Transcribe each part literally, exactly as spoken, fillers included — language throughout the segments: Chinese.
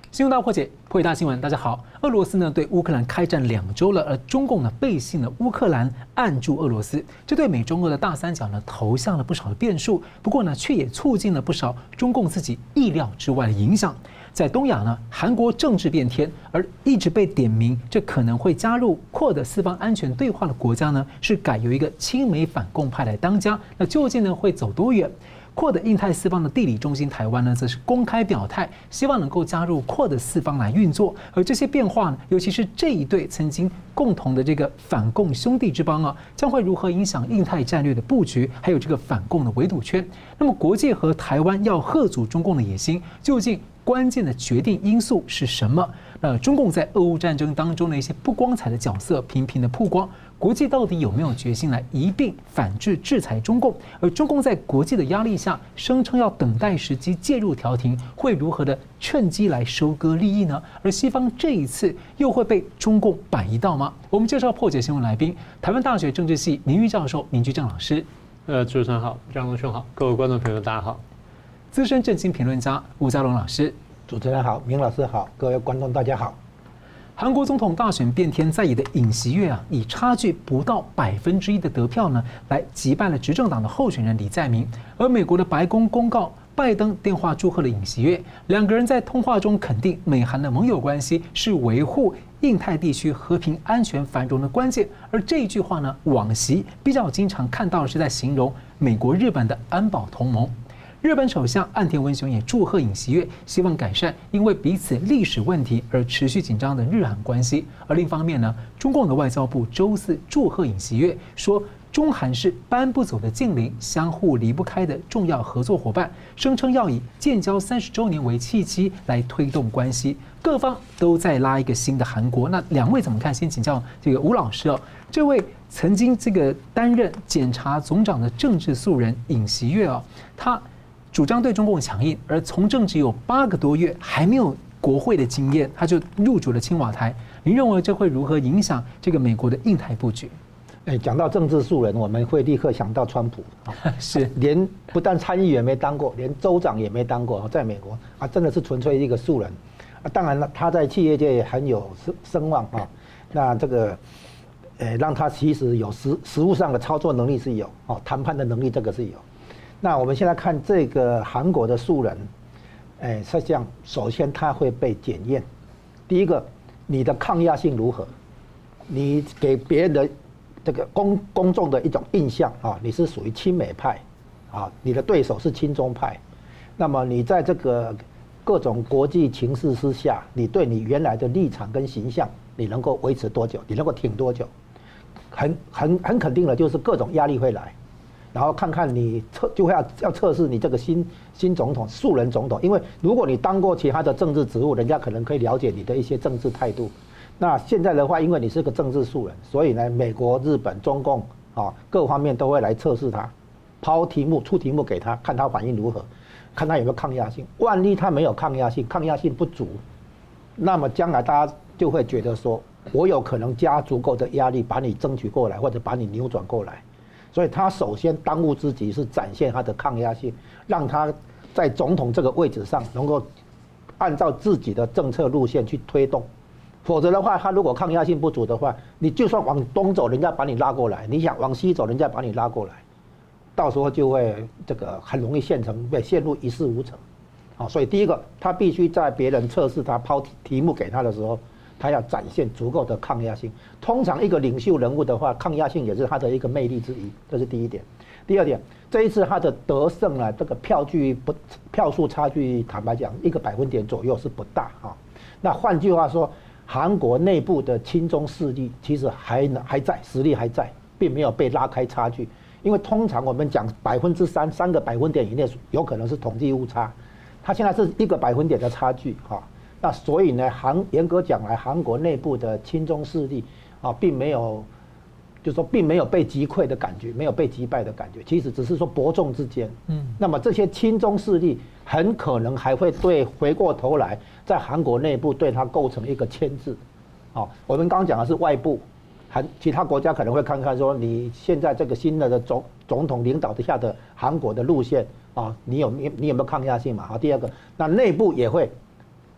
新闻大破解，破解大新闻。大家好，俄罗斯呢对乌克兰开战两周了，而中共呢背信了乌克兰，按住俄罗斯，这对美中俄的大三角呢投下了不少的变数。不过呢，却也促进了不少中共自己意料之外的影响。在东亚呢，韩国政治变天，而一直被点名这可能会加入扩的四方安全对话的国家呢，是改由一个亲美反共派来当家。那究竟呢会走多远？扩的印太四方的地理中心台湾呢，则是公开表态，希望能够加入扩的四方来运作。而这些变化呢，尤其是这一对曾经共同的这个反共兄弟之邦啊，将会如何影响印太战略的布局，还有这个反共的围堵圈？那么，国际和台湾要吓阻中共的野心，究竟关键的决定因素是什么？那中共在俄乌战争当中的一些不光彩的角色频频的曝光。国际到底有没有决心来一并反制制裁中共？而中共在国际的压力下，声称要等待时机介入调停，会如何的趁机来收割利益呢？而西方这一次又会被中共摆一道吗？我们介绍破解新闻来宾，台湾大学政治系名誉教授明居正老师。 呃，主持人好，张龙兄好，各位观众朋友大家好。 资深政经评论家吴家龙老师。 主持人好，明老师好，各位观众大家好。 韩国总统大选变天在野的尹锡悦啊，以差距不到百分之一的得票呢，来击败了执政党的候选人李在明。而美国的白宫公告，拜登电话祝贺了尹锡悦，两个人在通话中肯定美韩的盟友关系是维护印太地区和平、安全、繁荣的关键。而这一句话呢，往昔比较经常看到的是在形容美国、日本的安保同盟。日本首相岸田文雄也祝贺尹锡悦，希望改善因为彼此历史问题而持续紧张的日韩关系。而另一方面呢，中共的外交部周四祝贺尹锡悦，说中韩是搬不走的近邻，相互离不开的重要合作伙伴，声称要以建交三十周年为契机来推动关系。各方都在拉一个新的韩国。那两位怎么看？先请教这个吴老师哦，这位曾经这个担任检察总长的政治素人尹锡悦哦，他主张对中共强硬，而从政只有八个多月，还没有国会的经验，他就入主了青瓦台。您认为这会如何影响这个美国的印太布局？ 哎，讲到政治素人，我们会立刻想到川普， 是连不但参议员没当过，连州长也没当过，在美国啊，真的是纯粹一个素人啊。当然了，他在企业界也很有声望啊。那这个，呃，让他其实有实实务上的操作能力是有，哦，谈判的能力这个是有。那我们现在看这个韩国的素人，哎，实际上首先他会被检验。第一个，你的抗压性如何？你给别人的这个公公众的一种印象啊，你是属于亲美派，啊，你的对手是亲中派。那么你在这个各种国际情势之下，你对你原来的立场跟形象，你能够维持多久？你能够挺多久？很很很肯定的，就是各种压力会来。然后看看你测就会要要测试你这个新新总统素人总统，因为如果你当过其他的政治职务，人家可能可以了解你的一些政治态度。那现在的话，因为你是个政治素人，所以呢，美国、日本、中共啊各方面都会来测试他，抛题目、出题目给他，看他反应如何，看他有没有抗压性。万一他没有抗压性，抗压性不足，那么将来大家就会觉得说，我有可能加足够的压力把你争取过来，或者把你扭转过来。所以他首先当务之急是展现他的抗压性，让他在总统这个位置上能够按照自己的政策路线去推动。否则的话，他如果抗压性不足的话，你就算往东走，人家把你拉过来；你想往西走，人家把你拉过来，到时候就会这个很容易陷成被陷入一事无成。好，所以第一个，他必须在别人测试他抛题目给他的时候，他要展现足够的抗压性。通常一个领袖人物的话，抗压性也是他的一个魅力之一，这是第一点。第二点，这一次他的得胜啊，这个票距不票数差距，坦白讲，一个百分点左右是不大啊。那换句话说，韩国内部的亲中势力其实还还在，实力还在，并没有被拉开差距。因为通常我们讲百分之三，三个百分点以内有可能是统计误差，它现在是一个百分点的差距哈。那所以呢，韩严格讲来，韩国内部的亲中势力啊，并没有，就是说并没有被击溃的感觉，没有被击败的感觉，其实只是说伯仲之间。嗯，那么这些亲中势力很可能还会对回过头来，在韩国内部对它构成一个牵制。啊，我们刚刚讲的是外部，韩其他国家可能会看看说，你现在这个新的的总总统领导之下的韩国的路线啊，你有你你有没有抗压性嘛？啊，第二个，那内部也会。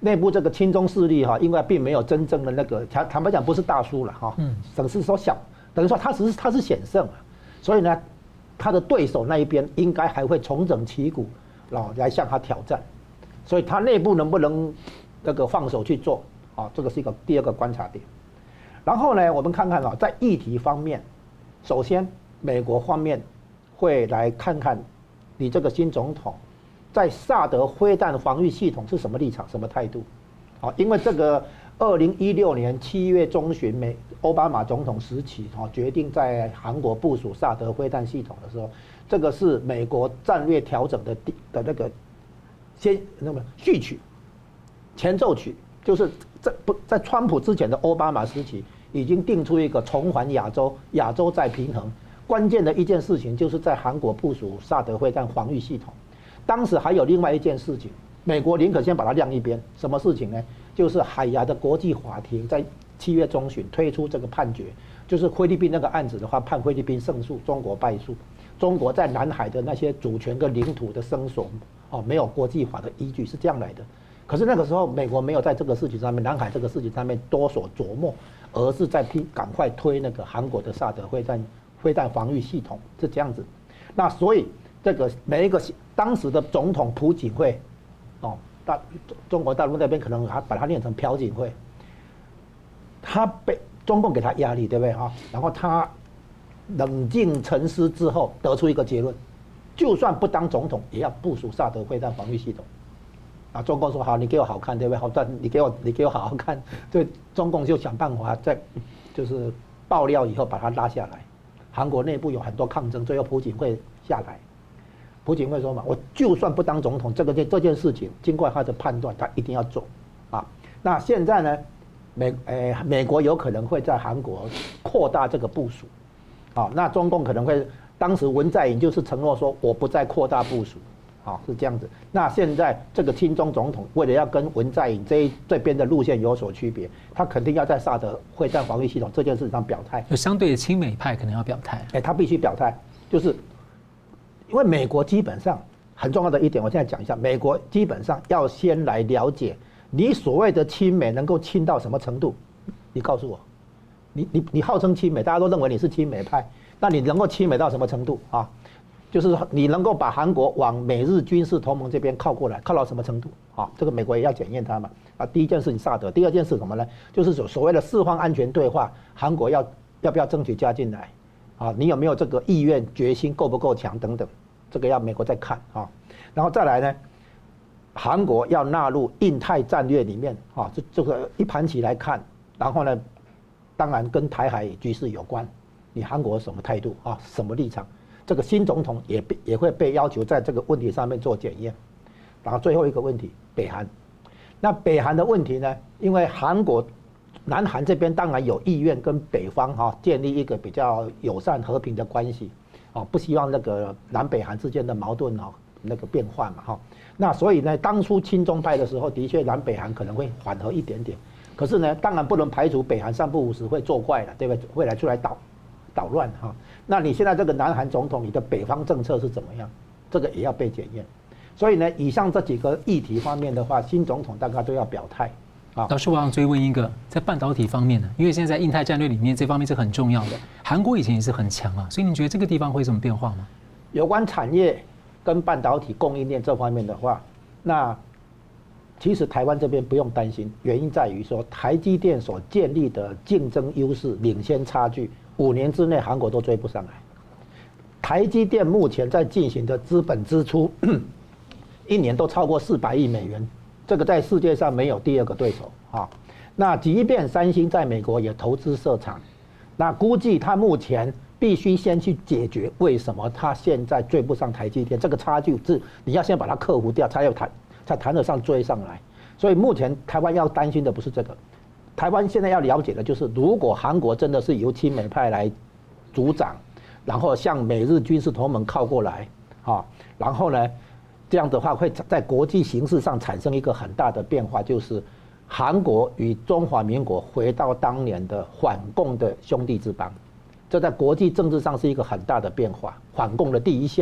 内部这个亲中势力哈，因为并没有真正的那个坦坦白讲不是大输了哈，嗯，等是说小，等于说他只是他是险胜了，所以呢，他的对手那一边应该还会重整旗鼓，然后来向他挑战，所以他内部能不能那个放手去做啊？这个是一个第二个观察点。然后呢，我们看看啊，在议题方面，首先美国方面会来看看你这个新总统。在萨德飞弹防御系统是什么立场、什么态度？好，因为这个二零一六年七月中旬，美奥巴马总统时期，哈，决定在韩国部署萨德飞弹系统的时候，这个是美国战略调整的的那个先那么序曲、前奏曲，就是在不在川普之前的奥巴马时期，已经定出一个重返亚洲、亚洲再平衡。关键的一件事情就是在韩国部署萨德飞弹防御系统。当时还有另外一件事情，美国宁可先把它晾一边。什么事情呢？就是海牙的国际法庭在七月中旬推出这个判决，就是菲律宾那个案子的话，判菲律宾胜诉，中国败诉。中国在南海的那些主权跟领土的声索，哦，没有国际法的依据，是这样来的。可是那个时候，美国没有在这个事情上面，南海这个事情上面多所琢磨，而是在拼赶快推那个韩国的萨德飞弹飞弹防御系统，是这样子。那所以。这个每一个当时的总统朴槿惠，哦，大中国大陆那边可能还把它念成朴槿惠，他被中共给他压力，对不对哈？然后他冷静沉思之后，得出一个结论：就算不当总统，也要部署萨德飞弹防御系统。啊，中共说好，你给我好看，对不对？好，但你给我你给我好好看，所以中共就想办法在就是爆料以后把它拉下来。韩国内部有很多抗争，最后朴槿惠下来。朴槿惠说嘛，我就算不当总统，这个这这件事情，经过他的判断，他一定要做，啊，那现在呢，美诶、呃、美国有可能会在韩国扩大这个部署，啊，那中共可能会，当时文在寅就是承诺说我不再扩大部署，啊，是这样子。那现在这个亲中总统为了要跟文在寅这一这边的路线有所区别，他肯定要在萨德飞弹防御系统这件事上表态， 就相对的亲美派可能要表态， 哎、欸，他必须表态，就是。因为美国基本上很重要的一点，我现在讲一下，美国基本上要先来了解你所谓的亲美能够亲到什么程度，你告诉我，你你你号称亲美，大家都认为你是亲美派，那你能够亲美到什么程度啊？就是你能够把韩国往美日军事同盟这边靠过来，靠到什么程度啊？这个美国也要检验它嘛。啊，第一件事情萨德，第二件事什么呢？就是所所谓的四方安全对话，韩国要要不要争取加进来？啊，你有没有这个意愿、决心够不够强等等？这个要美国再看啊，然后再来呢，韩国要纳入印太战略里面啊，这这个一盘棋来看，然后呢，当然跟台海局势有关，你韩国什么态度啊，什么立场？这个新总统也被也会被要求在这个问题上面做检验。然后最后一个问题，北韩，那北韩的问题呢，因为韩国、南韩这边当然有意愿跟北方哈、啊、建立一个比较友善和平的关系。哦，不希望那个南北韩之间的矛盾哦那个变化嘛哈，那所以呢，当初亲中派的时候，的确南北韩可能会缓和一点点，可是呢，当然不能排除北韩三不五时会作怪了，对不对？会来出来捣捣乱哈。那你现在这个南韩总统，你的北方政策是怎么样？这个也要被检验。所以呢，以上这几个议题方面的话，新总统大概都要表态。 老师，我想追问一个，在半导体方面呢，因为现在在印太战略里面，这方面是很重要的。韩国以前也是很强啊，所以你觉得这个地方会有什么变化吗？ 有关产业跟半导体供应链这方面的话，那其实台湾这边不用担心，原因在于说台积电所建立的竞争优势、领先差距，五年之内韩国都追不上来。台积电目前在进行的资本支出，一年都超过四百亿美元。这个在世界上没有第二个对手啊。那即便三星在美国也投资设厂，那估计他目前必须先去解决为什么他现在追不上台积电，这个差距是你要先把它克服掉，才有谈才谈得上追上来。所以目前台湾要担心的不是这个，台湾现在要了解的就是，如果韩国真的是由亲美派来主掌，然后向美日军事同盟靠过来啊，然后呢？这样的话会在国际形势上产生一个很大的变化，就是韩国与中华民国回到当年的反共的兄弟之邦，这在国际政治上是一个很大的变化。反共的第一线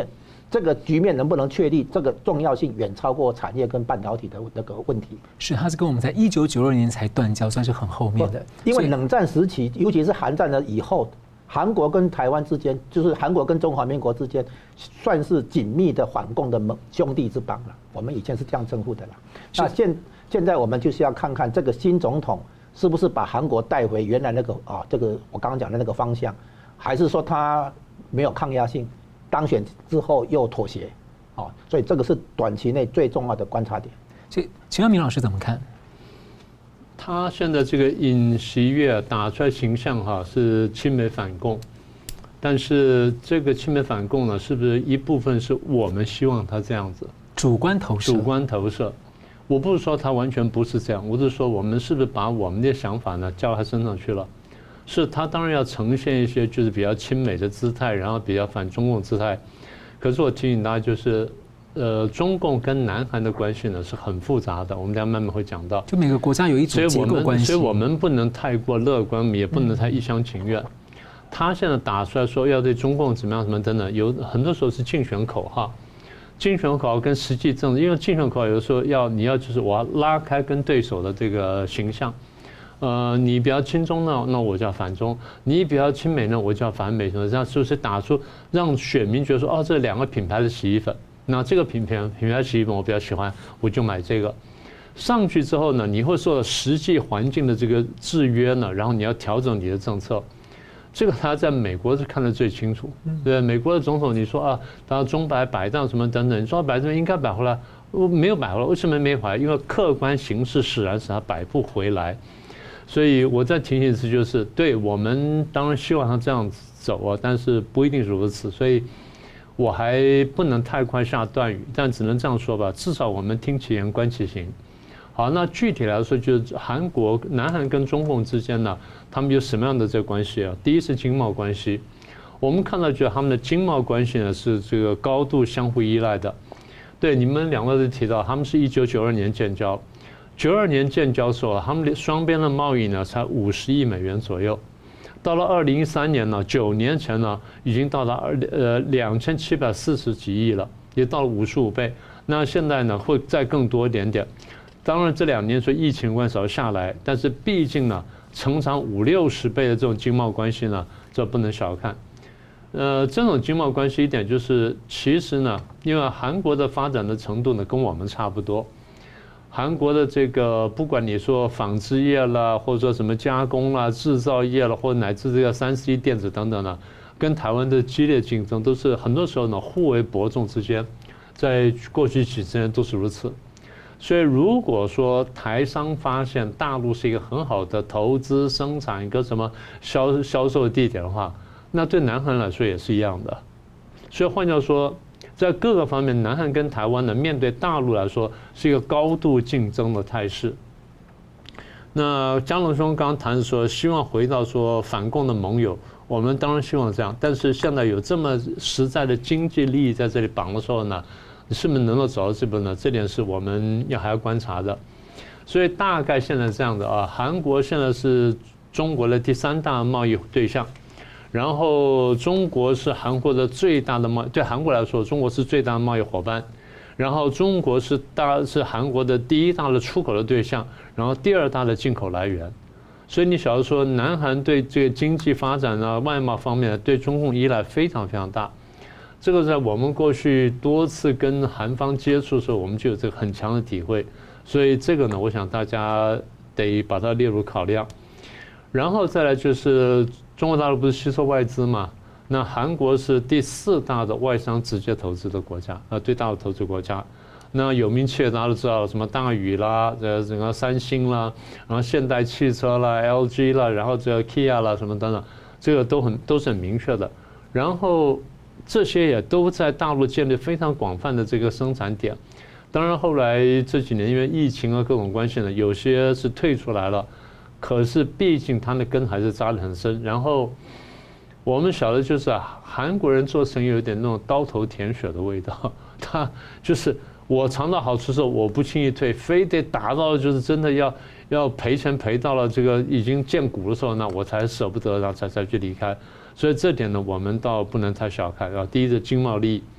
这个局面能不能确立，这个重要性远超过产业跟半导体的那个问题。 是，它是跟我们在一九九六年才断交，算是很后面的。 因为冷战时期，尤其是韩战的以后，韩国跟台湾之间，就是韩国跟中华民国之间，算是紧密的反共的盟兄弟之邦了。我们以前是这样称呼的啦。那现现在我们就是要看看这个新总统是不是把韩国带回原来那个啊，这个我刚刚讲的那个方向，还是说他没有抗压性，当选之后又妥协，啊，所以这个是短期内最重要的观察点。 所以，秦万明老师怎么看？ 他现在这个尹锡悦打出来形象哈是亲美反共，但是这个亲美反共呢，是不是一部分是我们希望他这样子？ 主观投射。 主观投射。我不是说他完全不是这样，我是说我们是不是把我们的想法呢交到他身上去了？是他当然要呈现一些就是比较亲美的姿态，然后比较反中共姿态。可是我提醒大家，就是呃，中共跟南韩的关系呢是很复杂的，我们等一下慢慢会讲到。 就每个国家有一种结构关系， 所以我们不能太过乐观，也不能太一厢情愿。他现在打出来说要对中共怎么样什么等等，有很多时候是竞选口号。竞选口号跟实际政治，因为竞选口号有的时候要你要就是我要拉开跟对手的这个形象，呃，你比较亲中呢，那我就要反中；你比较亲美呢，我就要反美。什么这样是不是打出让选民觉得说，哦，这两个品牌的洗衣粉，那这个品牌品牌洗衣粉我比较喜欢，我就买这个。上去之后呢，你会受到实际环境的这个制约呢，然后你要调整你的政策。这个他在美国是看得最清楚，对美国的总统，你说啊，他中摆摆荡什么等等，你说摆这应该摆回来，没有摆回来，为什么没回来？因为客观形势使然使他摆不回来。所以我再提醒一次，就是对我们当然希望他这样走啊，但是不一定如此，所以我还不能太快下断语，但只能这样说吧，至少我们听其言观其行。好，那具体来说，就是韩国、南韩跟中共之间呢，他们有什么样的这个关系啊？第一是经贸关系，我们看到觉得他们的经贸关系呢是这个高度相互依赖的。对，你们两位都提到，他们是一九九二年建交，九二年建交的时候，他们双边的贸易呢才五十亿美元左右，到了二零一三年呢，九年前呢，已经到达二呃两千七百四十几亿了，也到了五十五倍。那现在呢，会再更多一点点。当然，这两年说疫情关系下来，但是毕竟呢，成长五六十倍的这种经贸关系呢，这不能小看。呃，这种经贸关系一点就是，其实呢，因为韩国的发展的程度呢，跟我们差不多。韩国的这个，不管你说纺织业啦，或者说什么加工啦、制造业啦，或者乃至这个三 C 电子等等呢，跟台湾的激烈竞争，都是很多时候呢互为伯仲之间，在过去几十年都是如此。所以，如果说台商发现大陆是一个很好的投资、生产一个什么销销售地点的话，那对南韩来说也是一样的。所以换句话说，在各个方面，南韩跟台湾呢，面对大陆来说是一个高度竞争的态势。那江龙兄刚刚谈说，希望回到说反共的盟友，我们当然希望这样，但是现在有这么实在的经济利益在这里绑的时候呢？是不是能够走到这步呢？这点是我们要还要观察的。所以大概现在这样的啊，韩国现在是中国的第三大贸易对象，然后中国是韩国的最大的贸，对韩国来说，中国是最大的贸易伙伴，然后中国是大是韩国的第一大的出口的对象，然后第二大的进口来源。所以你晓得说，南韩对这个经济发展啊、外贸方面对中共依赖非常非常大。这个在我们过去多次跟韩方接触的时候，我们就有这个很强的体会，所以这个呢，我想大家得把它列入考量。然后再来就是中国大陆不是吸收外资嘛？那韩国是第四大的外商直接投资的国家，呃，最大的投资国家。那有名企业大家都知道，什么大宇啦，呃，整个三星啦，然后现代汽车啦 ，L G 啦，然后这个 Kia 啦，什么等等，这个都很都是很明确的。然后这些也都在大陆建立非常广泛的这个生产点，当然后来这几年因为疫情啊各种关系呢，有些是退出来了，可是毕竟它的根还是扎得很深。然后我们晓得就是啊，韩国人做生意有点那种刀头舔血的味道，他就是我尝到好处之后，我不轻易退，非得达到就是真的要要赔钱赔到了这个已经见骨的时候，那我才舍不得，然后才才去离开。所以这点呢，我们倒不能太小看啊。第一是经贸利益，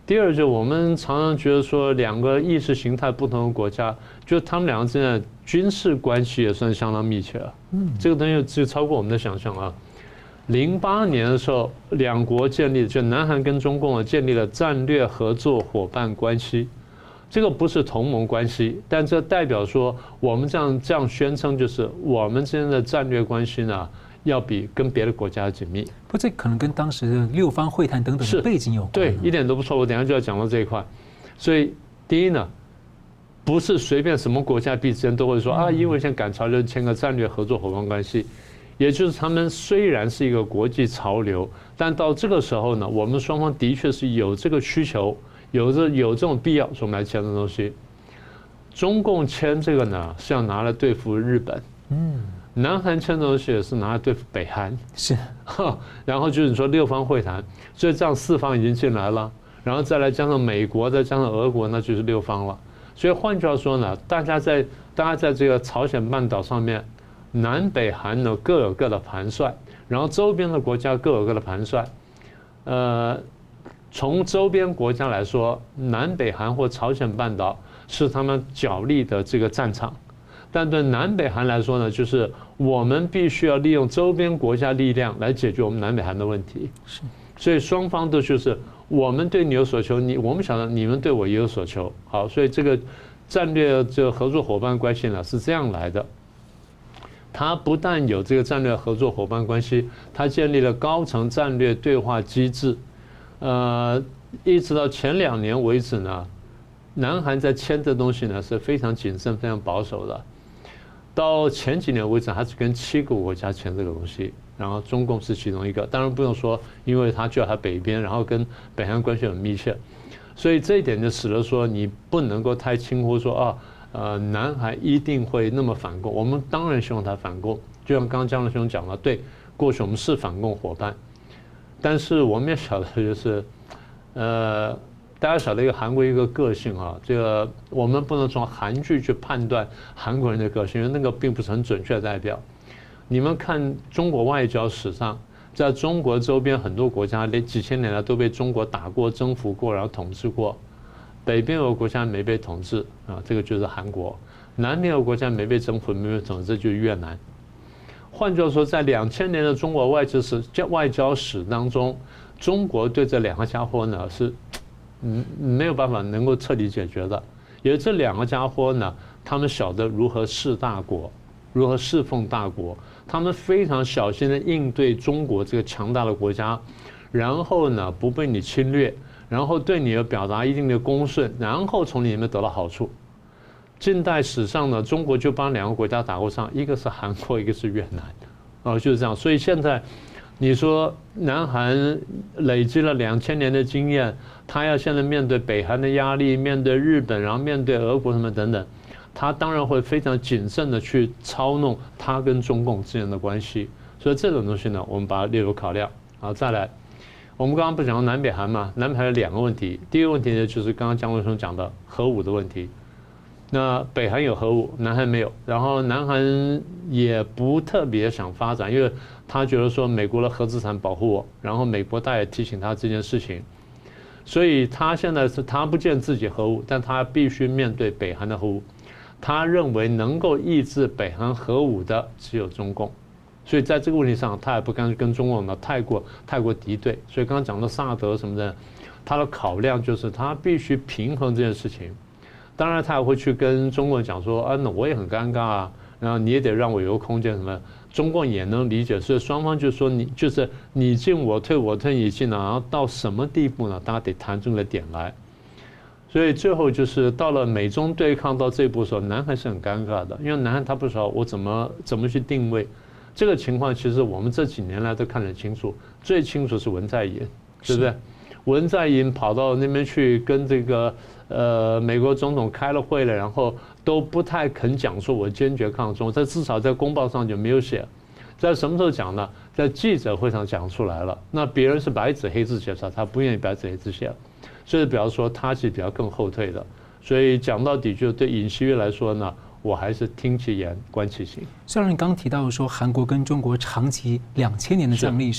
第二，就我们常常觉得说，两个意识形态不同的国家，就他们两个之间的军事关系也算相当密切了。嗯，这个东西就超过我们的想象啊。零八年的时候，两国建立，就南韩跟中共建立了战略合作伙伴关系。这个不是同盟关系，但这代表说，我们这样这样宣称，就是我们之间的战略关系呢，要比跟别的国家紧密。 不，这可能跟当时的六方会谈等等的背景有关。 对，一点都不错。我等一下就要讲到这一块。所以，第一呢，不是随便什么国家彼此间都会说啊，因为现在赶潮流签个战略合作伙伴关系。也就是他们虽然是一个国际潮流，但到这个时候呢，我们双方的确是有这个需求，有这有这种必要，说我们来签的东西。中共签这个呢，是要拿来对付日本。嗯。南韩签的东西也是拿来对付北韩。 是。 然后就是说六方会谈，所以这样四方已经进来了，然后再来加上美国，再加上俄国，那就是六方了。所以换句话说呢，大家在大家在这个朝鲜半岛上面。南北韩呢各有各的盘算，然后周边的国家各有各的盘算。呃，从周边国家来说，南北韩或朝鲜半岛是他们角力的这个战场，但对南北韩来说呢，就是我们必须要利用周边国家力量来解决我们南北韩的问题。 是， 所以双方都就是我们对你有所求，你我们想到你们对我也有所求。好，所以这个战略这个合作伙伴关系呢是这样来的。它不但有这个战略合作伙伴关系，它建立了高层战略对话机制，呃，一直到前两年为止呢，南韩在签这东西呢是非常谨慎、非常保守的。到前几年为止，还是跟七个国家签这个东西，然后中共是其中一个。当然不用说，因为它就在它北边，然后跟北韩关系很密切，所以这一点就使得说你不能够太轻忽说啊。呃，南韩一定会那么反共，我们当然希望他反共。就像刚刚江龙兄讲了，对，过去我们是反共伙伴，但是我们也晓得，就是，呃，大家晓得一个韩国一个个性啊，这个我们不能从韩剧去判断韩国人的个性，因为那个并不是很准确的代表。你们看中国外交史上，在中国周边很多国家，连几千年来都被中国打过、征服过，然后统治过。北边有个国家没被统治啊，这个就是韩国；南边有个国家没被征服、没被统治，这就是越南。换句话说，在两千年的中国外交史、外交史当中，中国对这两个家伙呢是嗯没有办法能够彻底解决的。也这两个家伙呢，他们晓得如何事大国，如何侍奉大国，他们非常小心的应对中国这个强大的国家，然后呢不被你侵略。然后对你的表达一定的恭顺，然后从里面得到好处。近代史上呢，中国就帮两个国家打过仗，一个是韩国，一个是越南，哦，就是这样。所以现在你说南韩累积了两千年的经验，他要现在面对北韩的压力，面对日本，然后面对俄国什么等等，他当然会非常谨慎的去操弄他跟中共之间的关系。所以这种东西呢，我们把它列入考量。好，再来。我们刚刚不讲到南北韩嘛？南北韩有两个问题，第一个问题呢就是刚刚江文兄讲的核武的问题。那北韩有核武，南韩没有，然后南韩也不特别想发展，因为他觉得说美国的核资产保护我，然后美国大也提醒他这件事情，所以他现在是他不见自己核武，但他必须面对北韩的核武。他认为能够抑制北韩核武的只有中共。所以在这个问题上，他也不敢跟中共呢太过太过敌对。所以刚刚讲到萨德什么的，他的考量就是他必须平衡这件事情。当然，他也会去跟中共讲说啊，那我也很尴尬啊，然后你也得让我有空间什么。中共也能理解，所以双方就说你就是你进我退，我退你进啊，然后到什么地步呢？大家得谈出个点来。所以最后就是到了美中对抗到这一步的时候，南韩是很尴尬的，因为南韩他不知道我怎么怎么去定位。这个情况其实我们这几年来都看得很清楚，最清楚是文在寅，对不对？文在寅跑到那边去跟这个呃美国总统开了会了，然后都不太肯讲说我坚决抗中，这至少在公报上就没有写。在什么时候讲呢？在记者会上讲出来了。那别人是白纸黑字写出来，他不愿意白纸黑字写，所以比方说他是比较更后退的。所以讲到底，就对尹锡悦来说呢，我还是听其言观其行。 虽然你刚提到说韩国跟中国长期两千年的这样历史，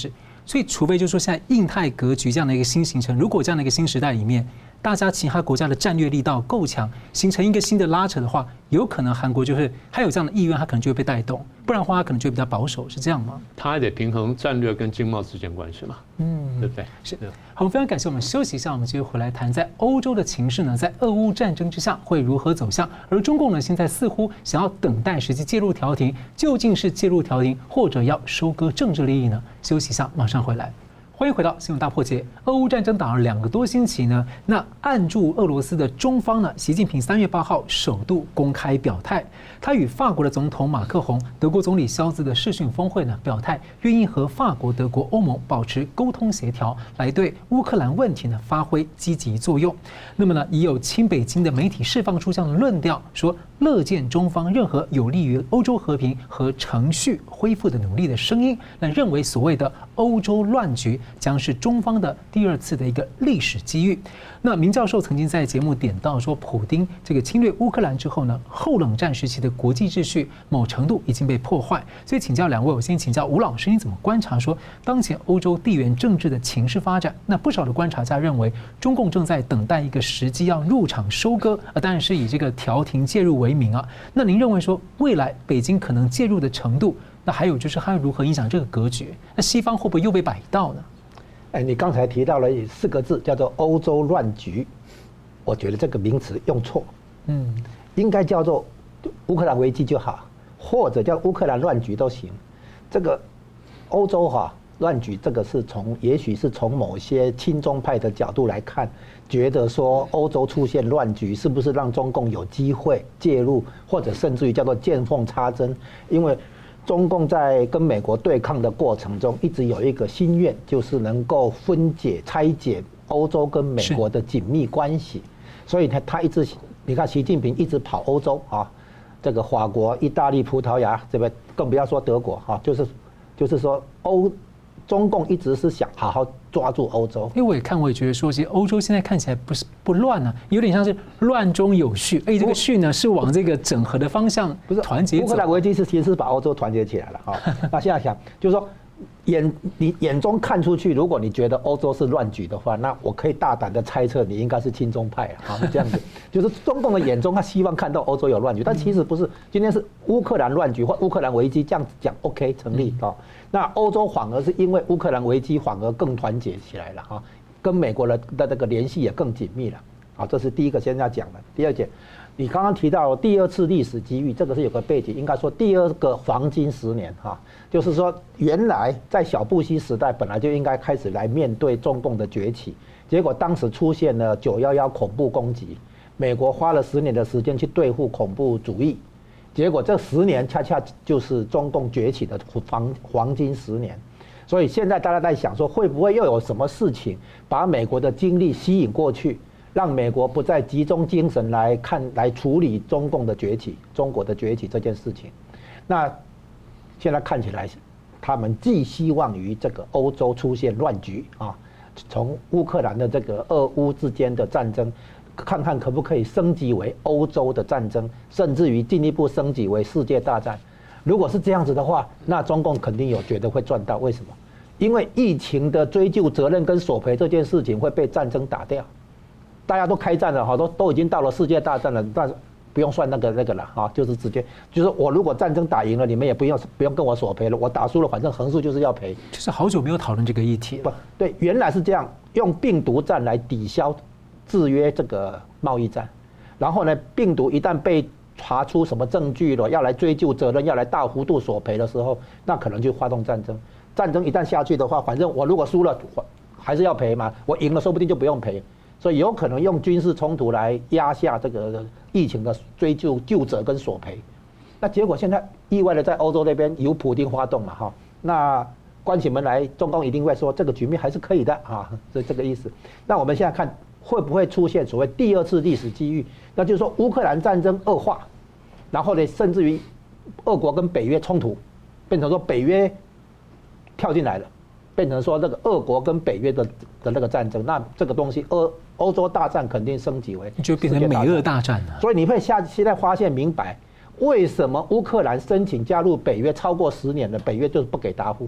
所以除非就是说现在印太格局这样的一个新形成，如果这样的一个新时代里面，大家其他国家的战略力道够强，形成一个新的拉扯的话，有可能韩国就是还有这样的意愿，它可能就会被带动，不然的话它可能就会比较保守，是这样吗？ 它还得平衡战略跟经贸之间关系嘛，嗯，对不对？ 是。好，我们非常感谢。我们休息一下，我们继续回来谈，在欧洲的情势呢，在俄乌战争之下会如何走向？而中共呢，现在似乎想要等待时机介入调停，究竟是介入调停，或者要收割政治利益呢？休息一下，马上回来。欢迎回到新闻大破解。俄乌战争打了两个多星期呢，那按住俄罗斯的中方呢，习近平三月八号首度公开表态，他与法国的总统马克宏、德国总理肖兹的视讯峰会呢，表态愿意和法国、德国、欧盟保持沟通协调，来对乌克兰问题呢发挥积极作用。那么呢，已有亲北京的媒体释放出这样的论调，说乐见中方任何有利于欧洲和平和程序恢复的努力的声音，那认为所谓的欧洲乱局将是中方的第二次的一个历史机遇。那明教授曾经在节目点到说，普丁这个侵略乌克兰之后呢，后冷战时期的国际秩序某程度已经被破坏。所以请教两位，我先请教吴老师，你怎么观察说当前欧洲地缘政治的情势发展？那不少的观察家认为，中共正在等待一个时机要入场收割，呃，当然是以这个调停介入为名啊。那您认为说，未来北京可能介入的程度？那还有就是它如何影响这个格局？那西方会不会又被摆到呢？ 哎，你刚才提到了四个字，叫做欧洲乱局，我觉得这个名词用错，嗯，应该叫做乌克兰危机就好，或者叫乌克兰乱局都行。这个欧洲哈、啊、乱局，这个是从也许是从某些亲中派的角度来看，觉得说欧洲出现乱局，是不是让中共有机会介入，或者甚至于叫做见缝插针，因为中共在跟美国对抗的过程中，一直有一个心愿，就是能够分解、拆解欧洲跟美国的紧密关系。所以他他一直，你看习近平一直跑欧洲啊，这个法国、意大利、葡萄牙这边，更不要说德国哈，就是就是说欧。中共一直是想好好抓住欧洲， 因为我也看，我也觉得说，其实欧洲现在看起来不是不乱啊，有点像是乱中有序，而且这个序呢是往这个整合的方向不是团结走。 乌克兰危机是其实是把欧洲团结起来了哈。那现在想就是说，眼你眼中看出去，如果你觉得欧洲是乱局的话，那我可以大胆的猜测，你应该是亲中派啊。这样子，就是中共的眼中，他希望看到欧洲有乱局，但其实不是。今天是乌克兰乱局或乌克兰危机，这样讲 OK 成立啊。那欧洲反而是因为乌克兰危机，反而更团结起来了哈，跟美国的的这个联系也更紧密了。好，这是第一个现在要讲的。第二点，你刚刚提到第二次历史机遇，这个是有个背景，应该说第二个黄金十年哈，就是说原来在小布希时代本来就应该开始来面对中共的崛起，结果当时出现了九一一恐怖攻击，美国花了十年的时间去对付恐怖主义。结果这十年恰恰就是中共崛起的黄黄金十年，所以现在大家在想说，会不会又有什么事情把美国的精力吸引过去，让美国不再集中精神来看来处理中共的崛起、中国的崛起这件事情？那现在看起来，他们寄希望于这个欧洲出现乱局啊，从乌克兰的这个俄乌之间的战争。看看可不可以升级为欧洲的战争，甚至于进一步升级为世界大战。如果是这样子的话，那中共肯定有觉得会赚到。为什么？因为疫情的追究责任跟索赔这件事情会被战争打掉。大家都开战了哈，都都已经到了世界大战了，但不用算那个那个了哈，就是直接就是我如果战争打赢了，你们也不用不用跟我索赔了，我打输了，反正横竖就是要赔。 就是好久没有讨论这个议题了。 不对，原来是这样，用病毒战来抵消。制约这个贸易战，然后呢，病毒一旦被查出什么证据了，要来追究责任，要来大幅度索赔的时候，那可能就发动战争。战争一旦下去的话，反正我如果输了，还是要赔嘛；我赢了，说不定就不用赔。所以有可能用军事冲突来压下这个疫情的追究救责跟索赔。那结果现在意外的在欧洲那边由普丁发动嘛，哈，那关起门来，中共一定会说这个局面还是可以的啊，是这个意思。那我们现在看。会不会出现所谓第二次历史机遇？那就是说乌克兰战争恶化，然后呢，甚至于俄国跟北约冲突，变成说北约跳进来了，变成说这个俄国跟北约的的那个战争，那这个东西欧欧洲大战肯定升级为就变成美俄大战了。 所以你会下现在发现明白，为什么乌克兰申请加入北约超过十年了，北约就是不给答复。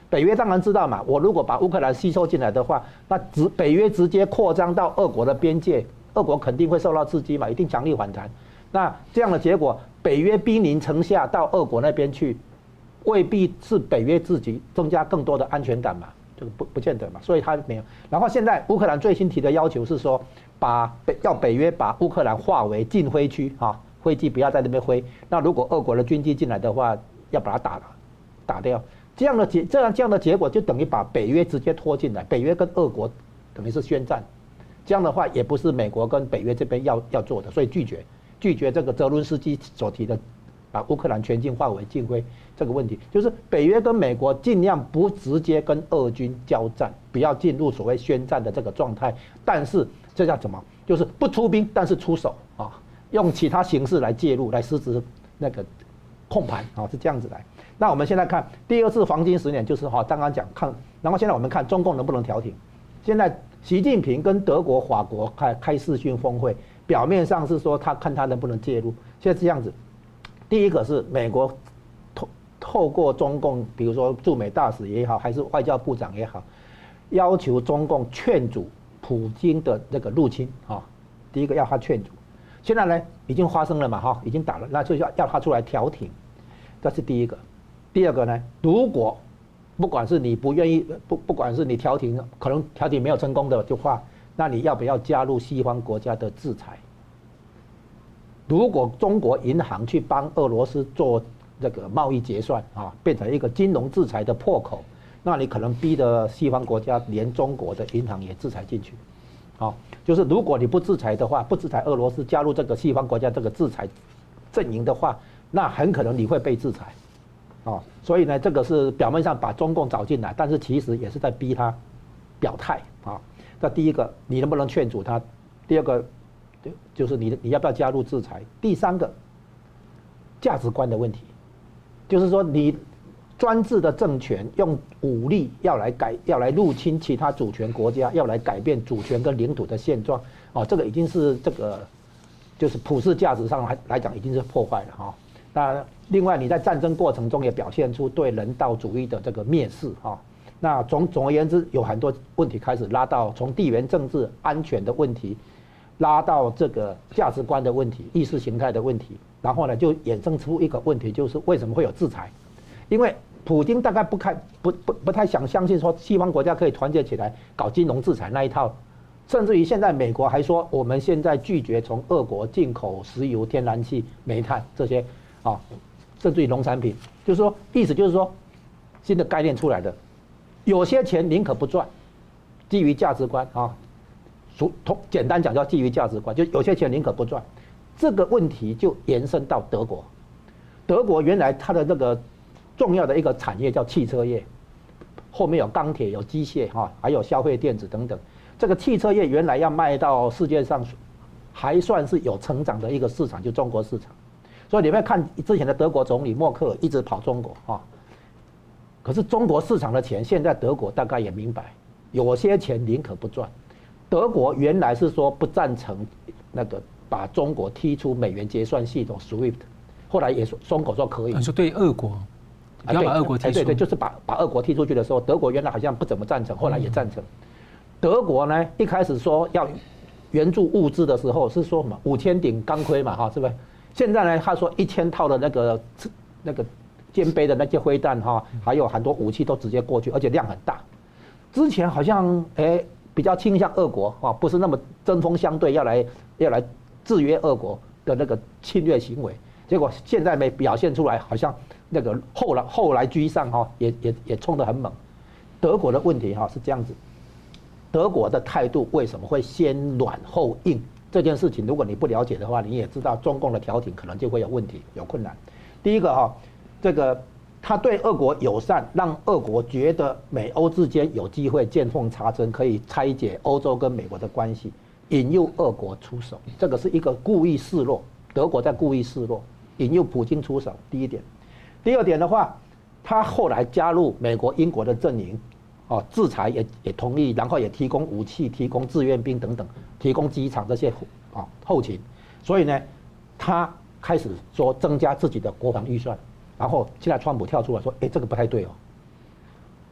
北约当然知道嘛，我如果把乌克兰吸收进来的话，那直北约直接扩张到俄国的边界，俄国肯定会受到刺激嘛，一定强力反弹。那这样的结果，北约兵临城下到俄国那边去，未必是北约自己增加更多的安全感嘛，这个不不见得嘛，所以他没有。然后现在乌克兰最新提的要求是说，把北要北约把乌克兰划为禁飞区啊，飞机不要在那边飞。那如果俄国的军机进来的话，要把它打了，打掉。这样的结这样这样的结果就等于把北约直接拖进来，北约跟俄国等于是宣战。这样的话也不是美国跟北约这边要要做的，所以拒绝拒绝这个泽伦斯基所提的把乌克兰全境划为禁飞这个问题，就是北约跟美国尽量不直接跟俄军交战，不要进入所谓宣战的这个状态。但是这叫什么？就是不出兵，但是出手啊，用其他形式来介入，来实质那个控盘啊，是这样子来。那我们现在看第二次黄金十年，就是哈刚刚讲看，然后现在我们看中共能不能调停。现在习近平跟德国、法国开开视讯峰会，表面上是说他看他能不能介入。现在这样子，第一个是美国透透过中共，比如说驻美大使也好，还是外交部长也好，要求中共劝阻普京的这个入侵啊。第一个要他劝阻，现在呢已经发生了嘛哈，已经打了，那就要要他出来调停，这是第一个。第二个呢，如果不管是你不愿意，不不管是你调停，可能调停没有成功的话，那你要不要加入西方国家的制裁？如果中国银行去帮俄罗斯做这个贸易结算啊，变成一个金融制裁的破口，那你可能逼得西方国家连中国的银行也制裁进去。好，就是如果你不制裁的话，不制裁俄罗斯，加入这个西方国家这个制裁阵营的话，那很可能你会被制裁。哦，所以呢，这个是表面上把中共找进来，但是其实也是在逼他表态啊。那第一个，你能不能劝阻他？第二个，就是你你要不要加入制裁？第三个，价值观的问题，就是说你专制的政权用武力要来改，要来入侵其他主权国家，要来改变主权跟领土的现状。哦，这个已经是这个就是普世价值上来来讲已经是破坏了哈。那另外，你在战争过程中也表现出对人道主义的这个蔑视啊。那总总而言之，有很多问题开始拉到从地缘政治安全的问题，拉到这个价值观的问题、意识形态的问题，然后呢，就衍生出一个问题，就是为什么会有制裁？因为普京大概不开不不不太想相信说西方国家可以团结起来搞金融制裁那一套，甚至于现在美国还说我们现在拒绝从俄国进口石油、天然气、煤炭这些。啊，甚至于农产品，就是说，意思就是说，新的概念出来的，有些钱宁可不赚，基于价值观啊，俗通简单讲叫基于价值观，就有些钱宁可不赚，这个问题就延伸到德国，德国原来它的那个重要的一个产业叫汽车业，后面有钢铁、有机械哈，还有消费电子等等，这个汽车业原来要卖到世界上还算是有成长的一个市场，就中国市场。所以你会看之前的德国总理默克尔一直跑中国啊，可是中国市场的钱，现在德国大概也明白，有些钱宁可不赚。德国原来是说不赞成那个把中国踢出美元结算系统 SWIFT， 后来也说松口说可以。 你说对俄国，不要把俄国踢出。 对对，就是把把俄国踢出去的时候，德国原来好像不怎么赞成，后来也赞成。德国呢一开始说要援助物资的时候是说什么五千顶钢盔嘛哈，是不是？现在呢，他说一千套的那个那个肩背的那些飞弹哈，还有很多武器都直接过去，而且量很大。之前好像哎比较倾向俄国啊，不是那么针锋相对，要来要来制约俄国的那个侵略行为。结果现在没表现出来，好像那个后来后来居上哈，也也也冲得很猛。德国的问题哈是这样子，德国的态度为什么会先软后硬？这件事情，如果你不了解的话，你也知道中共的调停可能就会有问题、有困难。第一个哈，这个他对俄国友善，让俄国觉得美欧之间有机会见缝插针，可以拆解欧洲跟美国的关系，引诱俄国出手。这个是一个故意示弱，德国在故意示弱，引诱普京出手。第一点，第二点的话，他后来加入美国、英国的阵营。哦，制裁也也同意，然后也提供武器、提供志愿兵等等，提供机场这些啊后勤，所以呢，他开始说增加自己的国防预算，然后现在川普跳出来说，哎，这个不太对哦，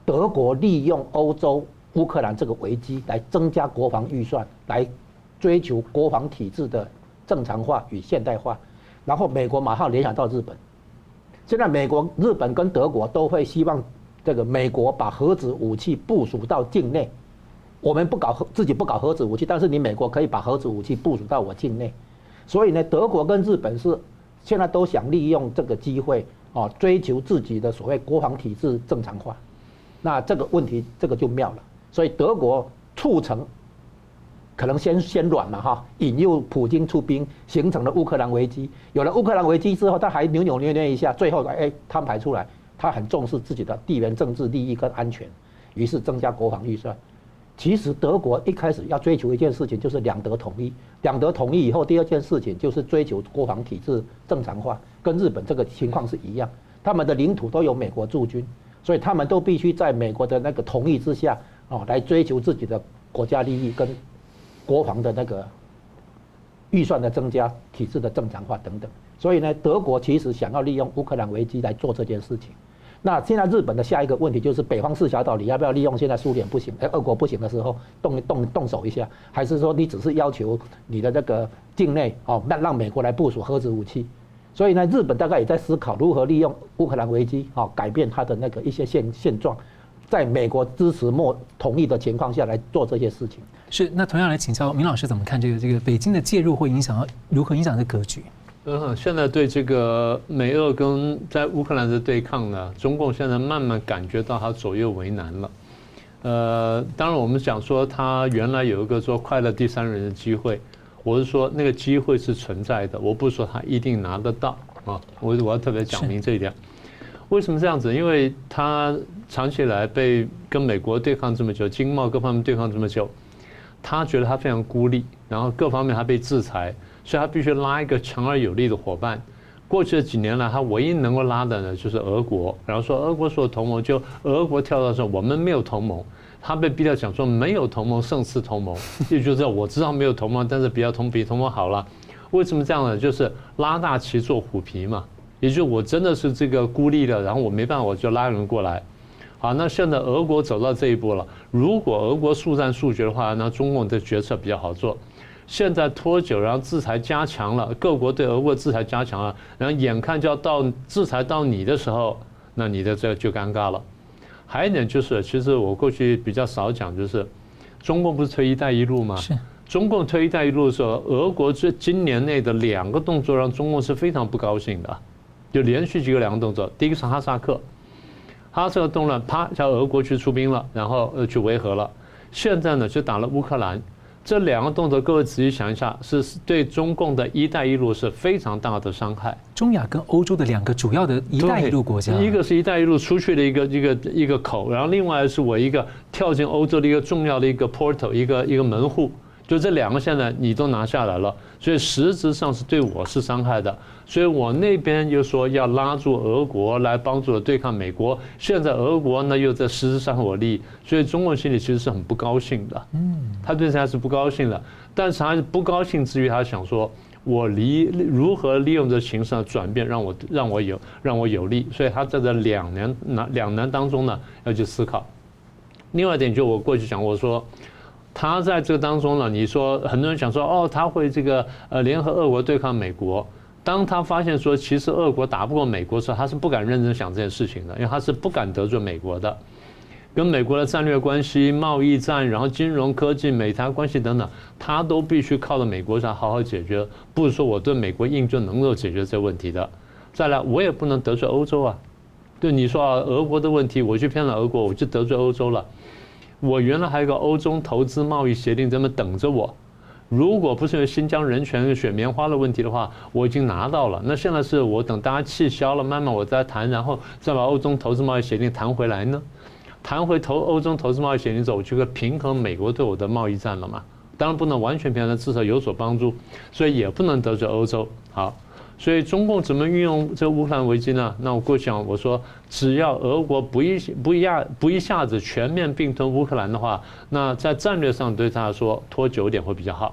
德国利用欧洲乌克兰这个危机来增加国防预算，来追求国防体制的正常化与现代化，然后美国马上联想到日本。现在美国、日本跟德国都会希望这个美国把核子武器部署到境内。我们不搞自己不搞核子武器，但是你美国可以把核子武器部署到我境内。所以呢，德国跟日本是现在都想利用这个机会哦，追求自己的所谓国防体制正常化。那这个问题这个就妙了。所以德国促成。可能先先软嘛哈，引诱普京出兵，形成了乌克兰危机。有了乌克兰危机之后，他还扭扭捏捏一下，最后哎摊牌出来，他很重视自己的地缘政治利益跟安全，于是增加国防预算。其实德国一开始要追求一件事情，就是两德统一。两德统一以后，第二件事情就是追求国防体制正常化，跟日本这个情况是一样。他们的领土都有美国驻军，所以他们都必须在美国的那个同意之下哦，来追求自己的国家利益跟。国防的那个预算的增加、体制的正常化等等，所以呢，德国其实想要利用乌克兰危机来做这件事情。那现在日本的下一个问题就是北方四小岛，你要不要利用现在苏联不行、哎，俄国不行的时候动动动手一下，还是说你只是要求你的这个境内哦，让让美国来部署核子武器？所以呢，日本大概也在思考如何利用乌克兰危机哦，改变它的那个一些现现状。在美国支持莫同意的情况下来做这些事情。 是，那同样来请教明老师怎么看这个这个北京的介入会影响如何影响这格局？ 嗯，现在对这个美俄跟在乌克兰的对抗呢，中共现在慢慢感觉到它左右为难了。呃，当然我们讲说它原来有一个说快乐第三人的机会，我是说那个机会是存在的，我不是说它一定拿得到啊，我我要特别讲明这一点。为什么这样子？因为他长期以来被跟美国对抗这么久，经贸各方面对抗这么久，他觉得他非常孤立，然后各方面他被制裁，所以他必须拉一个强而有力的伙伴。过去的几年来，他唯一能够拉的呢就是俄国，然后说俄国所有同盟，就俄国跳到说我们没有同盟，他被逼到讲说没有同盟胜似同盟，也就是我知道没有同盟，但是比较同比同盟好了。为什么这样呢？就是拉大旗做虎皮嘛。也就是我真的是这个孤立的，然后我没办法，我就拉人过来。好，那现在俄国走到这一步了，如果俄国速战速决的话，那中共的决策比较好做。现在拖久，然后制裁加强了，各国对俄国制裁加强了，然后眼看就要到制裁到你的时候，那你的这个就尴尬了。还有一点就是，其实我过去比较少讲，就是中共不是推“一带一路”吗？是。中共推“一带一路”的时候，俄国这今年内的两个动作让中共是非常不高兴的。就连续几个两个动作，第一个是哈萨克，哈萨克动乱，啪，叫俄国去出兵了，然后呃去维和了。现在呢，就打了乌克兰，这两个动作，各位仔细想一下，是对中共的一带一路是非常大的伤害。 中亚跟欧洲的两个主要的一带一路国家， 一个是一带一路出去的一个一个一个口，然后另外是我一个跳进欧洲的一个重要的一个 portal， 一个一个门户。就这两个现在你都拿下来了，所以实质上是对我是伤害的，所以我那边又说要拉住俄国来帮助我对抗美国，现在俄国呢又在实质上和我利益，所以中共心里其实是很不高兴的，嗯，他对他是不高兴的，但是他不高兴之余，他想说我利如何利用这形势的转变让我让我有让我有利，所以他在这两年两难当中呢要去思考。另外一点就我过去讲过说。他在这个当中呢，你说很多人想说哦，他会这个呃联合俄国对抗美国。当他发现说其实俄国打不过美国的时候，他是不敢认真想这件事情的，因为他是不敢得罪美国的。跟美国的战略关系、贸易战，然后金融科技、美台关系等等，他都必须靠着美国上好好解决，不是说我对美国硬就能够解决这问题的。再来，我也不能得罪欧洲啊。对你说啊，俄国的问题，我去骗了俄国，我就得罪欧洲了。我原来还有个欧中投资贸易协定在那等着我，如果不是因为新疆人权、雪棉花的问题的话，我已经拿到了。那现在是我等大家气消了，慢慢我再谈，然后再把欧中投资贸易协定谈回来呢？谈回投欧中投资贸易协定之后，我就可以平衡美国对我的贸易战了嘛？当然不能完全平衡，至少有所帮助，所以也不能得罪欧洲。好。所以中共怎么运用这个乌克兰危机呢？那我过去讲，我说只要俄国不一不一下不一下子全面并吞乌克兰的话，那在战略上对他说拖久点会比较好，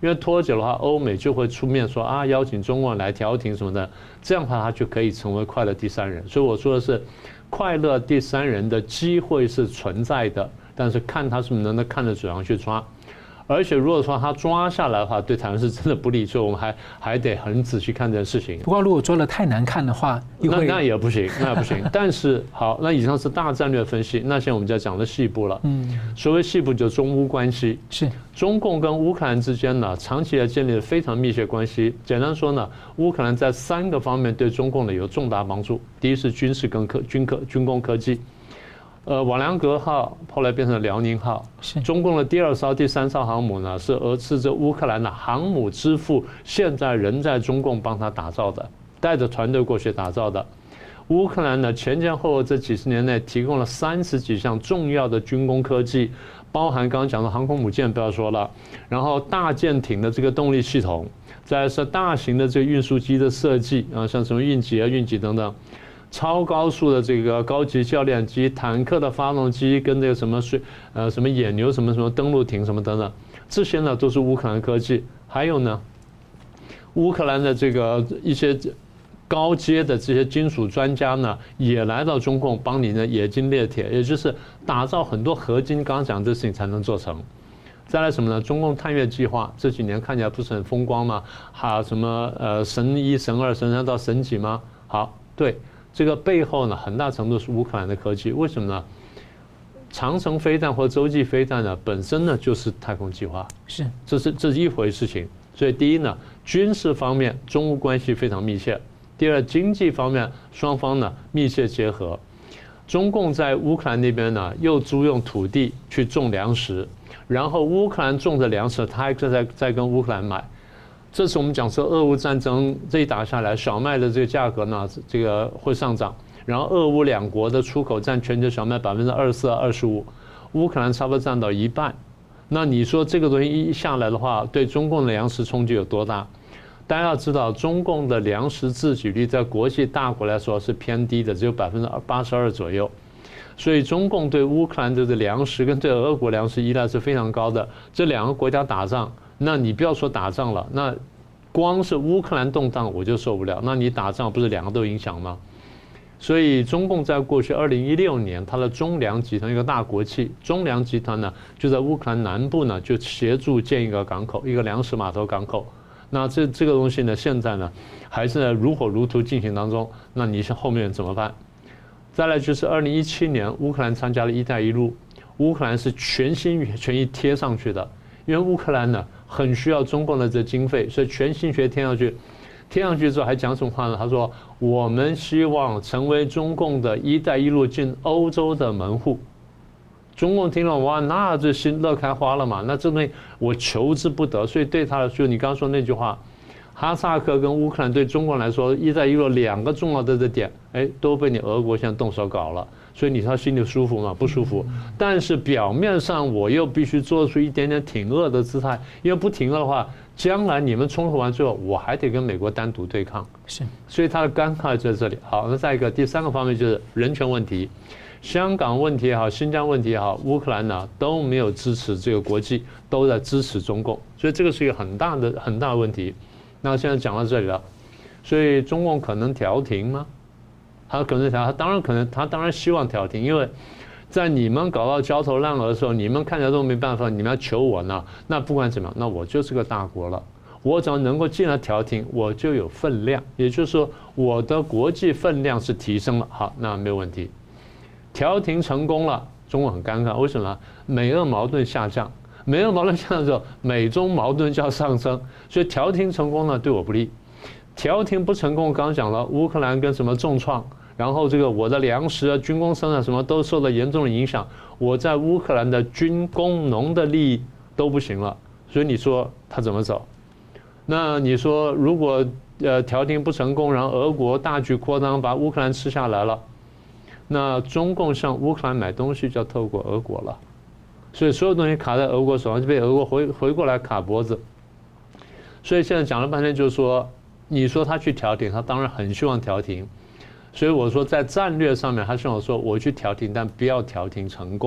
因为拖久的话，欧美就会出面说啊，邀请中共来调停什么的，这样的话他就可以成为快乐第三人。所以我说的是，快乐第三人的机会是存在的，但是看他是不是能够看得准上去抓。而且如果说他抓下来的话，对台湾是真的不利，所以我们还还得很仔细看这件事情。 不过如果抓得太难看的话， 那那也不行，那也不行。但是好，那以上是大战略分析，那现在我们就要讲的细部了。嗯，所谓细部就是中乌关系， 是中共跟乌克兰之间呢，长期来建立了非常密切关系。简单说呢，乌克兰在三个方面对中共呢有重大帮助。第一是军事跟科军科军工科技。呃，瓦良格号后来变成了辽宁号，是中共的第二艘、第三艘航母呢，是俄是这乌克兰的航母之父，现在人在中共帮他打造的，带着团队过去打造的。乌克兰呢前前后后这几十年内提供了三十几项重要的军工科技，包含刚刚讲的航空母舰不要说了，然后大舰艇的这个动力系统，再来是大型的这个运输机的设计啊，像什么运级啊、运级等等。超高速的这个高级教练机、坦克的发动机跟这个什么水呃什么野牛什么什么登陆艇什么等等，这些呢都是乌克兰科技。还有呢，乌克兰的这个一些高阶的这些金属专家呢，也来到中共帮你呢冶金炼铁，也就是打造很多合金。刚刚讲这事情才能做成。再来什么呢？中共探月计划这几年看起来不是很风光吗？还有什么呃神一、神二、神三到神几吗？好，对。这个背后呢，很大程度是乌克兰的科技。为什么呢？长程飞弹或洲际飞弹呢，本身呢就是太空计划， 是， 这是这是一回事情。所以第一呢，军事方面中乌关系非常密切；第二，经济方面双方呢密切结合。中共在乌克兰那边呢，又租用土地去种粮食，然后乌克兰种的粮食，他还在在跟乌克兰买。这次我们讲说，俄乌战争这一打下来，小麦的这个价格呢，这个会上涨。然后，俄乌两国的出口占全球小麦百分之二十四、二十五，乌克兰差不多占到一半。那你说这个东西一下来的话，对中共的粮食冲击有多大？大家要知道，中共的粮食自给率在国际大国来说是偏低的，只有百分之八十二左右。所以，中共对乌克兰的粮食跟对俄国粮食依赖是非常高的。这两个国家打仗。那你不要说打仗了，那光是乌克兰动荡我就受不了。那你打仗不是两个都影响吗？所以中共在过去二零一六年，它的中粮集团一个大国企，中粮集团呢就在乌克兰南部呢就协助建一个港口，一个粮食码头港口。那这这个东西呢，现在呢还是在如火如荼进行当中。那你是后面怎么办？再来就是二零一七年，乌克兰参加了一带一路，乌克兰是全心全意贴上去的，因为乌克兰呢。很需要中共的这经费，所以全心学贴上去，贴上去之后还讲什么话呢？他说：“我们希望成为中共的一带一路进欧洲的门户。”中共听了哇，那这心乐开花了嘛？那这东西我求之不得，所以对他来说，你刚刚说那句话，哈萨克跟乌克兰对中国来说，一带一路两个重要的这点，哎，都被你俄国现在动手搞了。所以你他心里舒服吗？不舒服。但是表面上我又必须做出一点点挺俄的姿态，因为不挺俄的话，将来你们冲突完之后，我还得跟美国单独对抗。 是， 所以他的尴尬在这里。好，那再一个第三个方面就是人权问题，香港问题也好，新疆问题也好，乌克兰呢都没有支持这个国际，都在支持中共，所以这个是一个很大的很大的问题。那现在讲到这里了，所以中共可能调停吗？他可能调，他当然可能，他当然希望调停，因为在你们搞到焦头烂额的时候，你们看起来都没办法，你们要求我呢，那不管怎么样，那我就是个大国了，我只要能够进来调停，我就有分量，也就是说我的国际分量是提升了，好，那没有问题。调停成功了，中国很尴尬，为什么？美俄矛盾下降，美俄矛盾下降之后，美中矛盾就要上升，所以调停成功呢对我不利，调停不成功，我刚刚讲了乌克兰跟什么重创。然后这个我的粮食啊、军工生产什么都受到严重的影响，我在乌克兰的军工农的利益都不行了，所以你说他怎么走？那你说如果呃调停不成功，然后俄国大举扩张把乌克兰吃下来了，那中共向乌克兰买东西就要透过俄国了，所以所有东西卡在俄国手上就被俄国回回过来卡脖子。所以现在讲了半天就是说，你说他去调停，他当然很希望调停。所以我说，在战略上面，他希望说我去调停，但不要调停成功，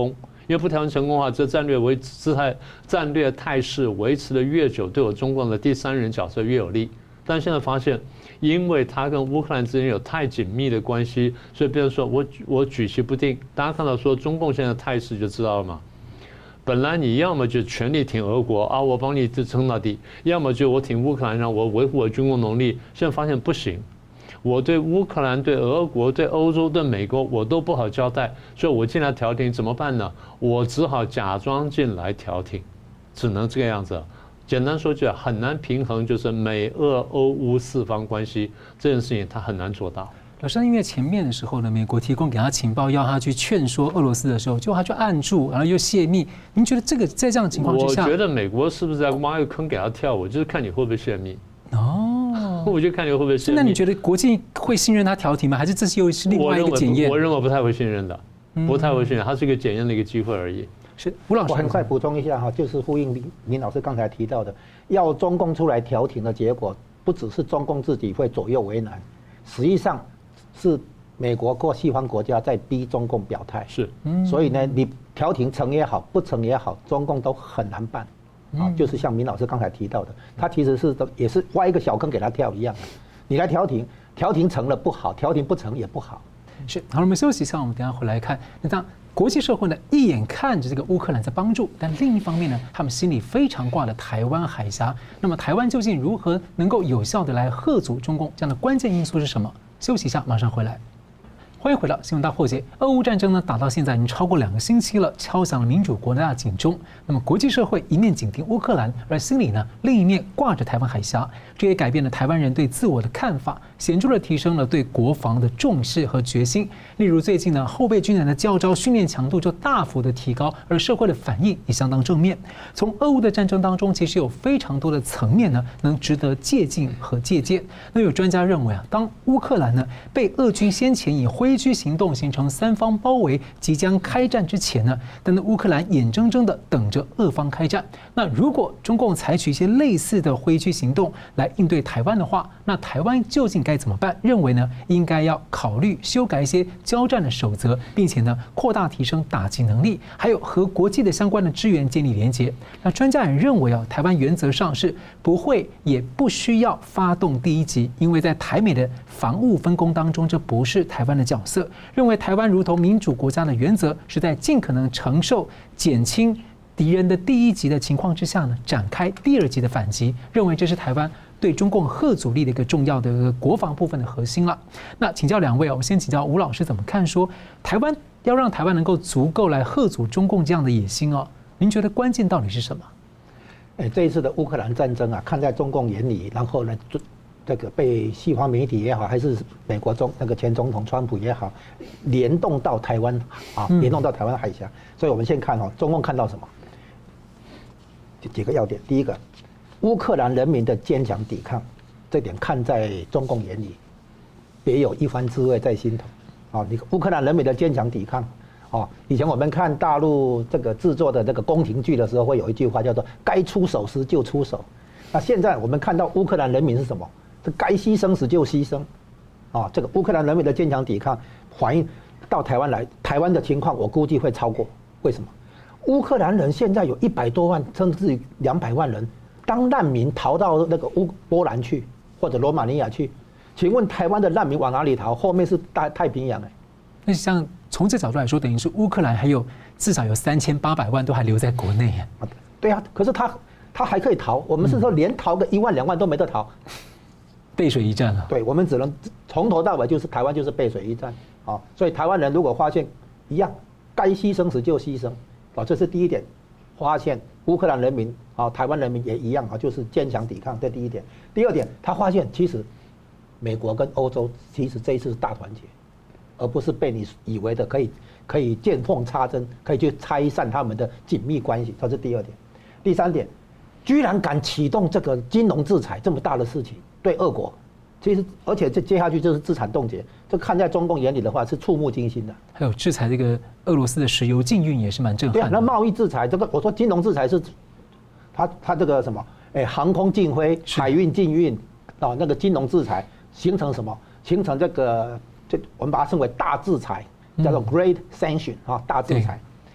因为不调停成功的话，这战略维姿态、战略态势维持的越久，对我中共的第三人角色越有利。但现在发现，因为它跟乌克兰之间有太紧密的关系，所以变成说我我举棋不定。大家看到说中共现在的态势就知道了嘛。本来你要么就全力挺俄国啊，我帮你撑到底；要么就我挺乌克兰，让我维护我军工能力。现在发现不行，我对乌克兰、对俄国、对欧洲、对美国我都不好交代，所以我进来调停怎么办呢？我只好假装进来调停，只能这个样子。简单说句，很难平衡，就是美俄欧乌四方关系这件事情，他很难做到。 老师，因为前面的时候呢，美国提供给他情报，要他去劝说俄罗斯的时候，结果他就按住，然后又泄密。您觉得这个在这样的情况之下， 我觉得美国是不是在挖一个坑给他跳？我就是看你会不会泄密。 哦， 我就看你会不会泄密。 那你觉得国际会信任他调停吗？还是这是又是另外一个检验？ 我认为不太会信任的，不太会信任，它是一个检验的一个机会而已。 是吴老师， 我很快补充一下哈，就是呼应林林老师刚才提到的，要中共出来调停的结果，不只是中共自己会左右为难，实际上是美国或西方国家在逼中共表态。 是， 所以呢，你调停成也好，不成也好，中共都很难办。啊，就是像明老师刚才提到的，他其实是也是挖一个小坑给他跳一样，你来调停，调停成了不好，调停不成也不好。 是，好，我们休息一下，我们等一下回来看。那当国际社会呢，一眼看着这个乌克兰在帮助，但另一方面呢，他们心里非常挂的台湾海峡。那么台湾究竟如何能够有效的来嚇阻中共？这样的关键因素是什么？休息一下，马上回来。欢迎回到新闻大破解。俄乌战争呢，打到现在已经超过两个星期了，敲响了民主国家的警钟。那么国际社会一面紧盯乌克兰，而心里呢，另一面挂着台湾海峡。这也改变了台湾人对自我的看法，显著的提升了对国防的重视和决心。例如最近呢，后备军人的教招训练强度就大幅的提高，而社会的反应也相当正面。从俄乌的战争当中，其实有非常多的层面呢，能值得借鉴和借鉴。那有专家认为啊，当乌克兰呢被俄军先前以挥击行动形成三方包围，即将开战之前呢，但那乌克兰眼睁睁的等着俄方开战。那如果中共采取一些类似的挥击行动来应对台湾的话，那台湾究竟该怎么办？认为呢，应该要考虑修改一些交战的守则，并且呢，扩大提升打击能力，还有和国际的相关的支援建立连结。那专家也认为啊，台湾原则上是不会也不需要发动第一击，因为在台美的防务分工当中，这不是台湾的角色。认为台湾如同民主国家的原则，是在尽可能承受减轻敌人的第一击的情况之下呢，展开第二击的反击。认为这是台湾对中共嚇阻力的一个重要的一个国防部分的核心了。那请教两位啊，我先请教吴老师怎么看说台湾要让台湾能够足够来嚇阻中共这样的野心哦？您觉得关键到底是什么？ 哎，这一次的乌克兰战争啊，看在中共眼里，然后呢，这个被西方媒体也好，还是美国中那个前总统川普也好，联动到台湾啊，联动到台湾海峡。所以我们先看哦，中共看到什么？几个要点。第一个，乌克兰人民的坚强抵抗，这点看在中共眼里，别有一番滋味在心头。啊，你乌克兰人民的坚强抵抗。哦，以前我们看大陆这个制作的这个宫廷剧的时候，会有一句话叫做"该出手时就出手"。那现在我们看到乌克兰人民是什么？这该牺牲时就牺牲。啊，这个乌克兰人民的坚强抵抗，反映到台湾来，台湾的情况我估计会超过。为什么？乌克兰人现在有一百多万，甚至于两百万人当难民逃到那个乌波兰去，或者罗马尼亚去。请问台湾的难民往哪里逃？后面是大太平洋哎。 那像从这角度来说，等于是乌克兰还有至少有三千八百万都还留在国内啊。 对啊，可是他他还可以逃，我们是说连逃个一万两万都没得逃， 背水一战啊。 对，我们只能从头到尾就是台湾就是背水一战啊。所以台湾人如果发现一样，该牺牲时就牺牲啊，这是第一点。发现乌克兰人民啊，台湾人民也一样啊，就是坚强抵抗，这第一点。第二点，他发现其实美国跟欧洲其实这一次是大团结，而不是被你以为的可以可以见缝插针，可以去拆散他们的紧密关系，这是第二点。第三点，居然敢启动这个金融制裁这么大的事情，对俄国，其实而且这接下去就是资产冻结，这看在中共眼里的话是触目惊心的。 还有制裁这个俄罗斯的石油禁运也是蛮震撼的。 对啊，那贸易制裁这个，我说金融制裁是，他他这个什么，哎，航空禁飞、海运禁运啊，那个金融制裁形成什么？形成这个，这我们把它称为大制裁，叫做 Great Sanction 啊，大制裁。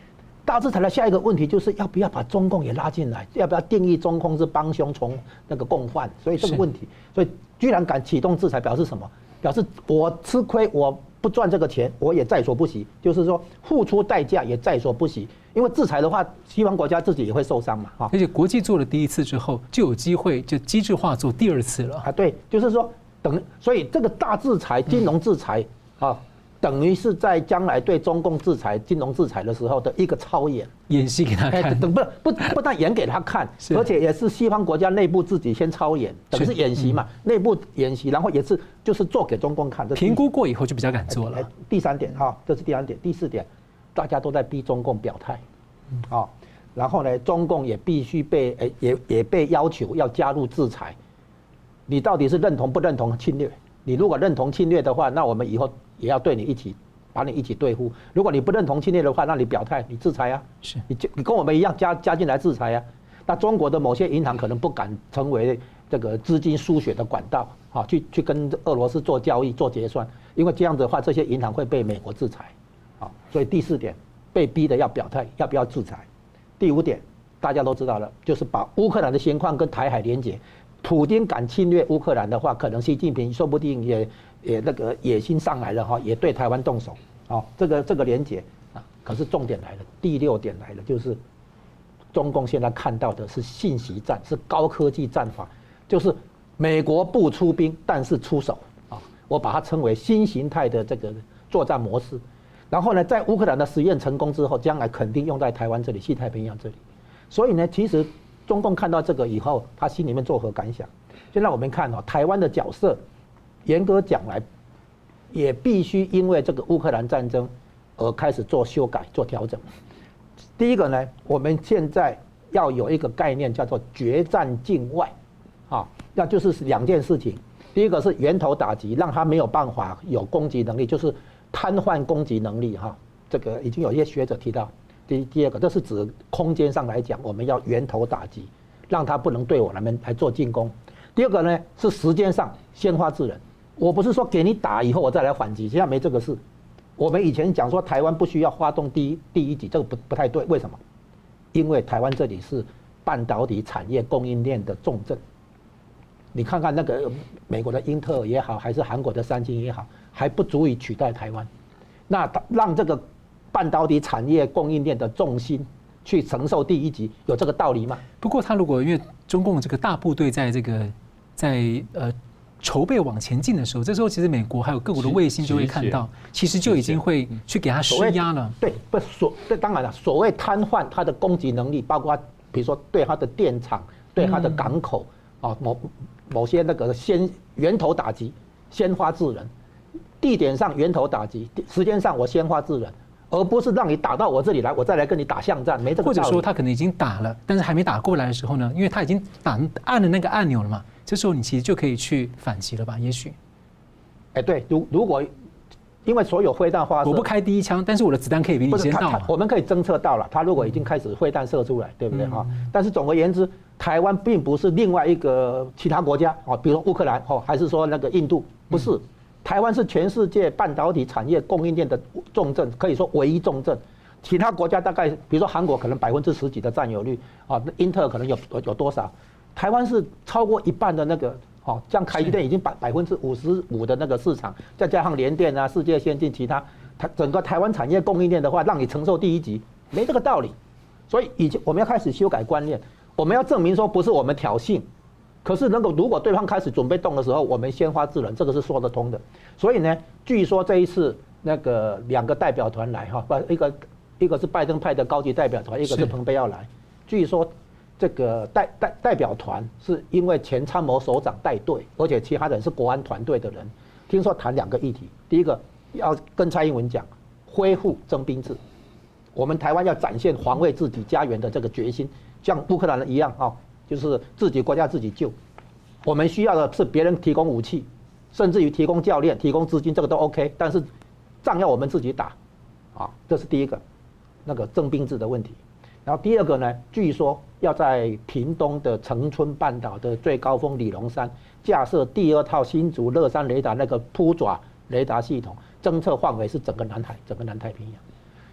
大制裁的下一个问题就是要不要把中共也拉进来，要不要定义中共是帮凶从那个共犯？所以这个问题，所以居然敢启动制裁，表示什么？表示我吃亏，我不赚这个钱，我也在所不惜，就是说付出代价也在所不惜。因为制裁的话，西方国家自己也会受伤嘛，哈。 而且国际做了第一次之后，就有机会就机制化做第二次了啊。对，就是说等，所以这个大制裁、金融制裁啊。等于是在将来对中共制裁、金融制裁的时候的一个操演， 演戏给他看， 不不不但演给他看，而且也是西方国家内部自己先操演，等于是演习嘛，内部演习，然后也是就是做给中共看。 评估过以后就比较敢做了。 第三点哈，这是第三点，第四点，大家都在逼中共表态，啊，然后呢，中共也必须被诶也也被要求要加入制裁，你到底是认同不认同侵略？你如果认同侵略的话，那我们以后也要对你一起，把你一起对付。如果你不认同侵略的话，那你表态，你制裁啊， 是你你跟我们一样加加进来制裁啊。那中国的某些银行可能不敢成为这个资金输血的管道，啊，去去跟俄罗斯做交易、做结算，因为这样的话，这些银行会被美国制裁，啊，所以第四点，被逼的要表态，要不要制裁？第五点，大家都知道了，就是把乌克兰的情况跟台海连结。普丁敢侵略乌克兰的话，可能习近平说不定也也那个野心上来了哈，也对台湾动手，哦，这个这个连结啊。可是重点来了，第六点来了，就是中共现在看到的是信息战，是高科技战法，就是美国不出兵，但是出手啊，我把它称为新形态的这个作战模式。然后呢，在乌克兰的实验成功之后，将来肯定用在台湾这里、西太平洋这里。所以呢，其实。中共看到这个以后，他心里面作何感想？现在我们看哦，台湾的角色，严格讲来，也必须因为这个乌克兰战争而开始做修改、做调整。第一个呢，我们现在要有一个概念叫做决战境外，啊，那就是两件事情。第一个是源头打击，让他没有办法有攻击能力，就是瘫痪攻击能力哈。这个已经有一些学者提到。第第二个，这是指空间上来讲，我们要源头打击，让他不能对我们来做进攻。第二个呢，是时间上先发制人。我不是说给你打以后我再来反击，现在没这个事。我们以前讲说台湾不需要发动第一第一击，这个不不太对。为什么？因为台湾这里是半导体产业供应链的重镇。你看看那个美国的英特尔也好，还是韩国的三星也好，还不足以取代台湾。那让这个半导体产业供应链的重心去承受第一击，有这个道理吗？ 不过他如果因为中共这个大部队在这个在呃筹备往前进的时候，这时候其实美国还有各国的卫星就会看到，其实就已经会去给他施压了。 对，不所对，当然了，所谓瘫痪它的攻击能力，包括比如说对它的电厂、对它的港口啊、嗯，某某些那个先源头打击，先发制人，地点上源头打击，时间上我先发制人。而不是让你打到我这里来，我再来跟你打巷战，没这个道理。 或者说他可能已经打了，但是还没打过来的时候呢，因为他已经打按了那个按钮了嘛，这时候你其实就可以去反击了吧？也许， 哎，对，如如果因为所有飞弹发射， 我不开第一枪，但是我的子弹可以比你先到嘛。 我们可以侦测到了，他如果已经开始飞弹射出来，对不对哈？嗯、但是总而言之，台湾并不是另外一个其他国家哦，比如说乌克兰哦，还是说那个印度，不是。嗯，台湾是全世界半导体产业供应链的重镇，可以说唯一重镇。其他国家大概，比如说韩国可能百分之十几的占有率啊，英特尔可能有有多少？台湾是超过一半的那个，哦，像台积电已经百百分之五十五的那个市场，再加上联电啊、世界先进其他，它整个台湾产业供应链的话，让你承受第一击，没这个道理。所以以前我们要开始修改观念，我们要证明说不是我们挑衅。可是，能够如果对方开始准备动的时候，我们先发制人，这个是说得通的。所以呢，据说这一次那个两个代表团来哈，不，一个一个是拜登派的高级代表团，一个是蓬佩奥来。据说这个代代代表团是因为前参谋首长带队，而且其他人是国安团队的人。听说谈两个议题，第一个要跟蔡英文讲恢复征兵制，我们台湾要展现防卫自己家园的这个决心，像乌克兰人一样啊。就是自己国家自己救，我们需要的是别人提供武器，甚至于提供教练、提供资金，这个都 OK。但是仗要我们自己打，啊，这是第一个，那个征兵制的问题。然后第二个呢，据说要在屏东的恒春半岛的最高峰里龙山架设第二套新竹乐山雷达那个扑爪雷达系统，侦测范围是整个南海、整个南太平洋。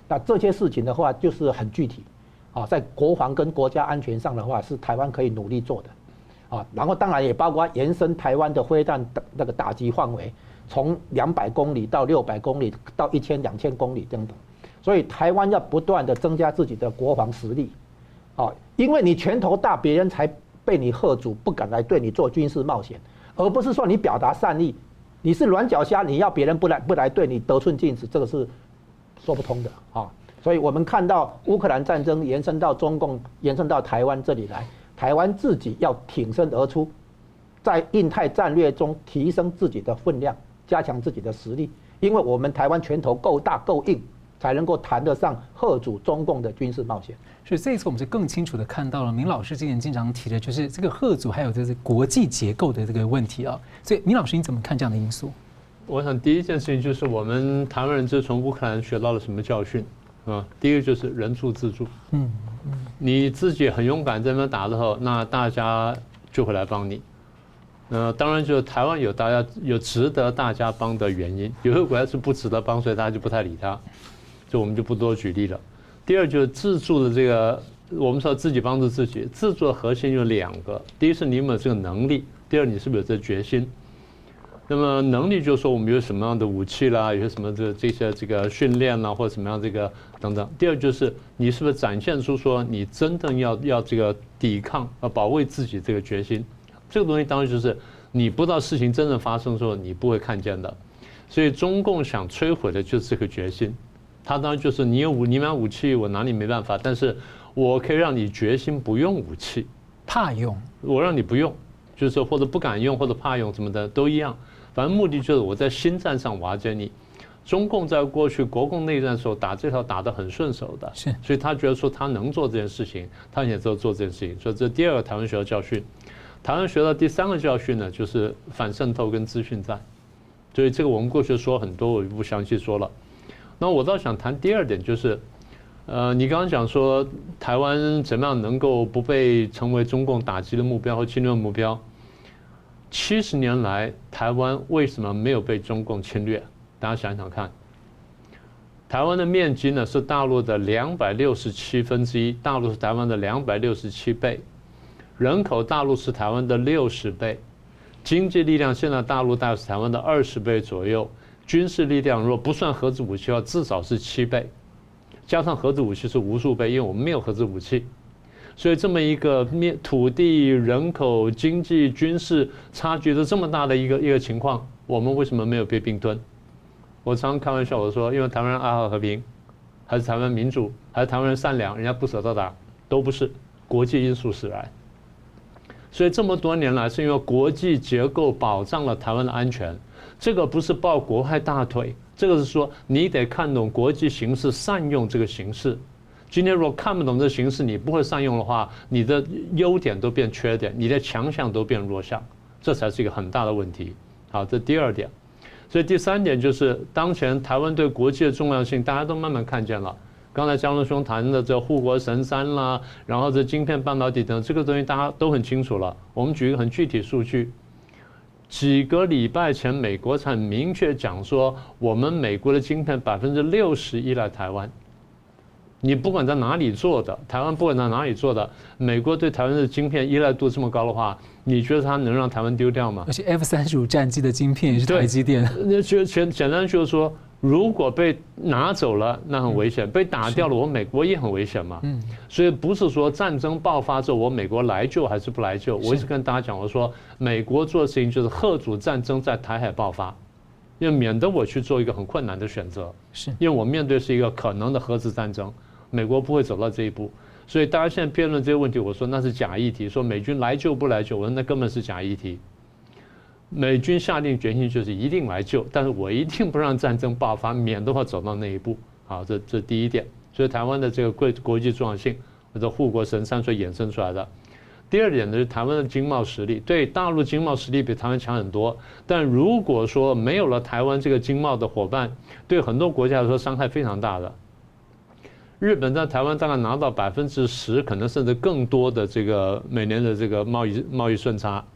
那这些事情的话，就是很具体，啊，在国防跟国家安全上的话，是台湾可以努力做的，啊，然后当然也包括延伸台湾的飞弹的那个打击范围，从两百公里到六百公里到一千、两千公里等等。所以台湾要不断的增加自己的国防实力，啊，因为你拳头大，别人才被你吓阻，不敢来对你做军事冒险，而不是说你表达善意。你是软脚虾，你要别人不来不来对你得寸进尺，这个是说不通的啊！所以我们看到乌克兰战争延伸到中共，延伸到台湾这里来，台湾自己要挺身而出，在印太战略中提升自己的分量，加强自己的实力，因为我们台湾拳头够大够硬，才能够谈得上吓阻中共的军事冒险。 所以这一次我们就更清楚的看到了明老师之前经常提的，就是这个吓阻，还有就是国际结构的这个问题啊。所以明老师你怎么看这样的因素？ 我想第一件事情就是我们台湾人就从乌克兰学到了什么教训啊？第一个就是人助自助，嗯嗯，你自己很勇敢在那边打的时候，那大家就会来帮你。呃，当然就是台湾有大家有值得大家帮的原因，有些国家是不值得帮，所以大家就不太理他，这我们就不多举例了。第二就是自助的这个，我们说自己帮助自己，自助的核心有两个，第一是你有没有这个能力，第二你是不是有这个决心。那么能力就是说我们有什么样的武器啦，有些什么这这些这个训练啦，或者什么样这个等等。第二就是你是不是展现出说你真正要要这个抵抗呃保卫自己这个决心。这个东西当然就是你不知道事情真正发生的时候你不会看见的，所以中共想摧毁的就是这个决心。他当然就是你有武你买武器我拿你没办法，但是我可以让你决心不用武器， 怕用， 我让你不用，就是说或者不敢用或者怕用什么的都一样，反正目的就是我在心战上瓦解你。中共在过去国共内战的时候打这条打得很顺手的， 是， 所以他觉得说他能做这件事情，他也在做这件事情，所以这第二个台湾学到教训。台湾学到第三个教训呢，就是反渗透跟资讯战，所以这个我们过去说很多，我就不详细说了。那我倒想谈第二点，就是，呃，你刚刚讲说台湾怎么样能够不被成为中共打击的目标或侵略目标？七十年来，台湾为什么没有被中共侵略？大家想想看，台湾的面积呢是大陆的两百六十七分之一，大陆是台湾的两百六十七倍。人口大陆是台湾的六十倍，经济力量现在大陆大概是台湾的二十倍左右，军事力量若不算核子武器的话，至少是七倍，加上核子武器是无数倍，因为我们没有核子武器，所以这么一个面土地、人口、经济、军事差距都这么大的一个一个情况，我们为什么没有被并吞？我常常开玩笑我说，因为台湾人爱好和平，还是台湾民主，还是台湾人善良，人家不舍得打，都不是，国际因素使然。所以这么多年来，是因为国际结构保障了台湾的安全，这个不是抱国外大腿，这个是说你得看懂国际形势，善用这个形势。今天如果看不懂这形势，你不会善用的话，你的优点都变缺点，你的强项都变弱项，这才是一个很大的问题。好，这第二点。所以第三点就是，当前台湾对国际的重要性，大家都慢慢看见了。刚才江龙兄谈的这护国神山啦，然后这晶片半导体等这个东西大家都很清楚了。我们举一个很具体数据，几个礼拜前美国才明确讲说，我们美国的晶片百分之六十依赖台湾。你不管在哪里做的，台湾不管在哪里做的，美国对台湾的晶片依赖度这么高的话，你觉得它能让台湾丢掉吗？ 而且 F 三十五战机的晶片也是台积电。 那就简简单就是说，如果被拿走了，那很危险；被打掉了，我美国也很危险嘛。嗯。所以不是说战争爆发之后，我美国来救还是不来救？我一直跟大家讲，我说美国做的事情就是嚇阻战争在台海爆发，因为免得我去做一个很困难的选择。 是。 因为我面对是一个可能的核子战争。美国不会走到这一步，所以大家现在辩论这些问题，我说那是假议题。说美军来救不来救，我说那根本是假议题。美军下定决心就是一定来救，但是我一定不让战争爆发，免得我走到那一步。好，这这第一点。所以台湾的这个国国际重要性，或者护国神山所衍生出来的。第二点呢，是台湾的经贸实力，对大陆经贸实力比台湾强很多，但如果说没有了台湾这个经贸的伙伴，对很多国家来说伤害非常大的。日本在台湾大概拿到百分之十，可能甚至更多的这个每年的这个贸易贸易顺差，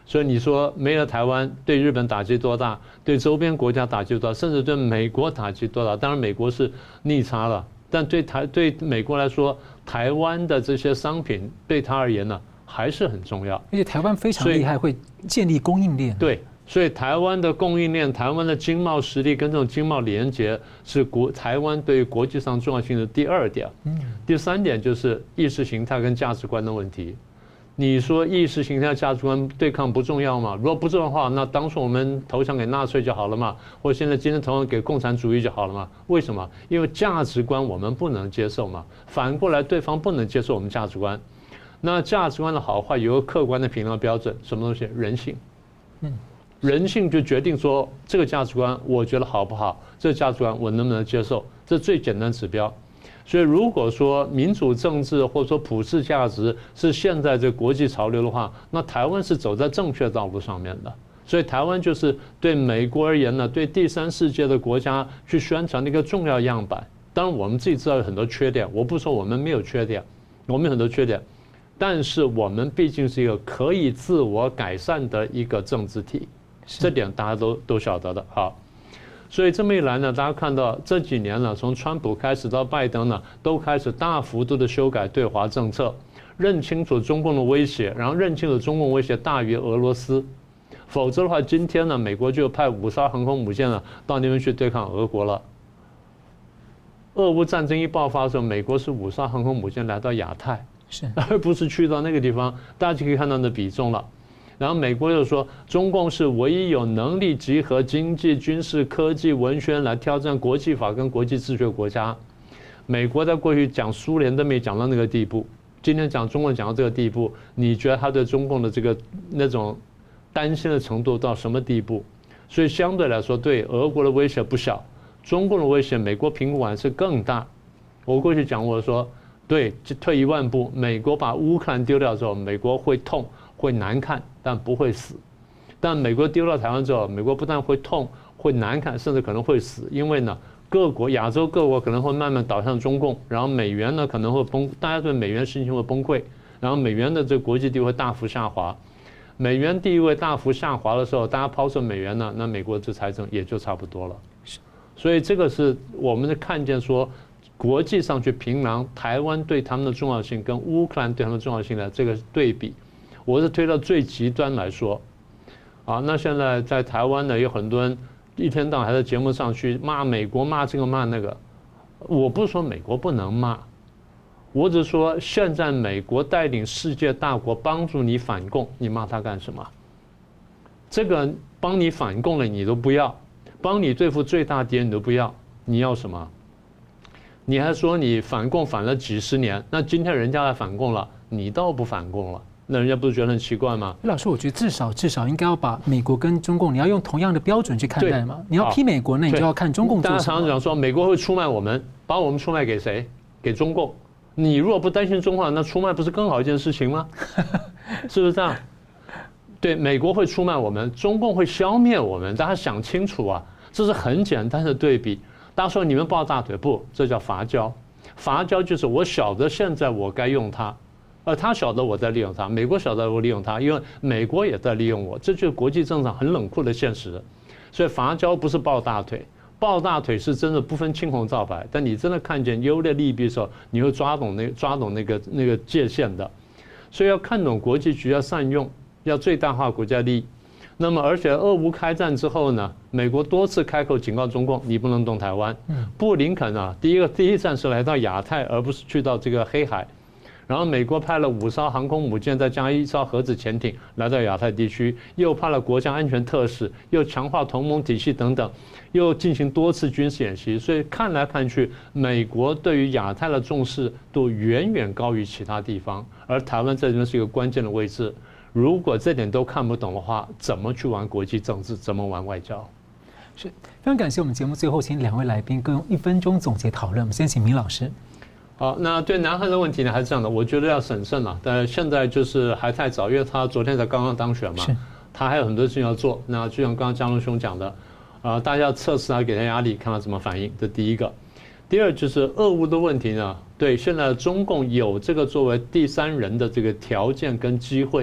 所以你说没了台湾，对日本打击多大？对周边国家打击多大？甚至对美国打击多大？当然美国是逆差了，但对台对美国来说，台湾的这些商品对他而言呢，还是很重要。 而且台湾非常厉害，会建立供应链。 对。所以台湾的供应链、台湾的经贸实力跟这种经贸连结，是国台湾对于国际上重要性的第二点。嗯，第三点就是意识形态跟价值观的问题。你说意识形态、价值观对抗不重要吗？如果不重要的话，那当初我们投降给纳粹就好了嘛，或者现在今天投降给共产主义就好了嘛？为什么？因为价值观我们不能接受嘛。反过来，对方不能接受我们价值观。那价值观的好坏有个客观的评量标准，什么东西？人性。嗯。人性就决定说这个价值观我觉得好不好，这个价值观我能不能接受，这最简单指标。所以如果说民主政治或者说普世价值是现在这国际潮流的话，那台湾是走在正确道路上面的。所以台湾就是对美国而言呢，对第三世界的国家去宣传的一个重要样板。当然我们自己知道有很多缺点，我不说我们没有缺点，我们有很多缺点，但是我们毕竟是一个可以自我改善的一个政治体。这点大家都都晓得的。好，所以这么一来呢，大家看到这几年呢，从川普开始到拜登呢，都开始大幅度的修改对华政策，认清楚中共的威胁，然后认清楚中共威胁大于俄罗斯，否则的话，今天呢，美国就派五艘航空母舰呢到那边去对抗俄国了。俄乌战争一爆发的时候，美国是五艘航空母舰来到亚太， 是而不是去到那个地方，大家就可以看到那比重了。然后美国又说，中共是唯一有能力集合经济、军事、科技、文宣来挑战国际法跟国际秩序的国家。美国在过去讲苏联都没讲到那个地步，今天讲中共讲到这个地步，你觉得他对中共的这个那种担心的程度到什么地步？所以相对来说，对俄国的威胁不小，中共的威胁，美国评估完是更大。我过去讲过说，对，退一万步，美国把乌克兰丢掉之后，美国会痛。会难看，但不会死。但美国丢到台湾之后，美国不但会痛、会难看，甚至可能会死。因为呢，各国亚洲各国可能会慢慢倒向中共，然后美元呢可能会崩，大家对美元信心会崩溃，然后美元的这个国际地位大幅下滑。美元地位大幅下滑的时候，大家抛售美元呢，那美国这财政也就差不多了。所以这个是我们看见说，国际上去评量台湾对他们的重要性跟乌克兰对他们的重要性的这个对比。我是推到最极端来说，啊，那现在在台湾呢，有很多人一天到晚还在节目上去骂美国，骂这个骂那个。我不是说美国不能骂，我只是说现在美国带领世界大国帮助你反共，你骂他干什么？这个帮你反共了你都不要，帮你对付最大敌人你都不要，你要什么？你还说你反共反了几十年，那今天人家来反共了，你倒不反共了。那人家不是觉得很奇怪吗？ 老师，我觉得至少至少应该要把美国跟中共，你要用同样的标准去看待嘛。你要批美国，那你就要看中共做什么。大家常常讲说，美国会出卖我们，把我们出卖给谁？给中共。你如果不担心中共，那出卖不是更好一件事情吗？是不是这样？对，美国会出卖我们，中共会消灭我们，大家想清楚啊，这是很简单的对比。大家说你们抱大腿，不，这叫伐交。伐交就是我晓得现在我该用它。而他晓得我在利用他，美国晓得我利用他，因为美国也在利用我，这就是国际政治上很冷酷的现实。所以伐交不是抱大腿，抱大腿是真的不分青红皂白。但你真的看见优劣利弊的时候，你会抓懂那抓懂那个那个界限的。所以要看懂国际局，要善用，要最大化国家利益。那么，而且俄乌开战之后呢，美国多次开口警告中共，你不能动台湾。布林肯啊，第一个第一站是来到亚太，而不是去到这个黑海。然后美国派了五艘航空母舰，再加一艘核子潜艇来到亚太地区，又派了国家安全特使，又强化同盟体系等等，又进行多次军事演习。所以看来看去，美国对于亚太的重视度远远高于其他地方，而台湾这边是一个关键的位置。如果这点都看不懂的话，怎么去玩国际政治，怎么玩外交？ 是非常感谢我们节目最后请两位来宾各用一分钟总结讨论。我们先请明老师。 好，那对南韩的问题呢，还是这样的，我觉得要审慎了。但现在就是还太早，因为他昨天才刚刚当选嘛，他还有很多事情要做。那就像刚刚嘉龙兄讲的，啊、呃，大家要测试他，给他压力，看他怎么反应。这第一个。第二就是俄乌的问题呢，对，现在中共有这个作为第三人的这个条件跟机会，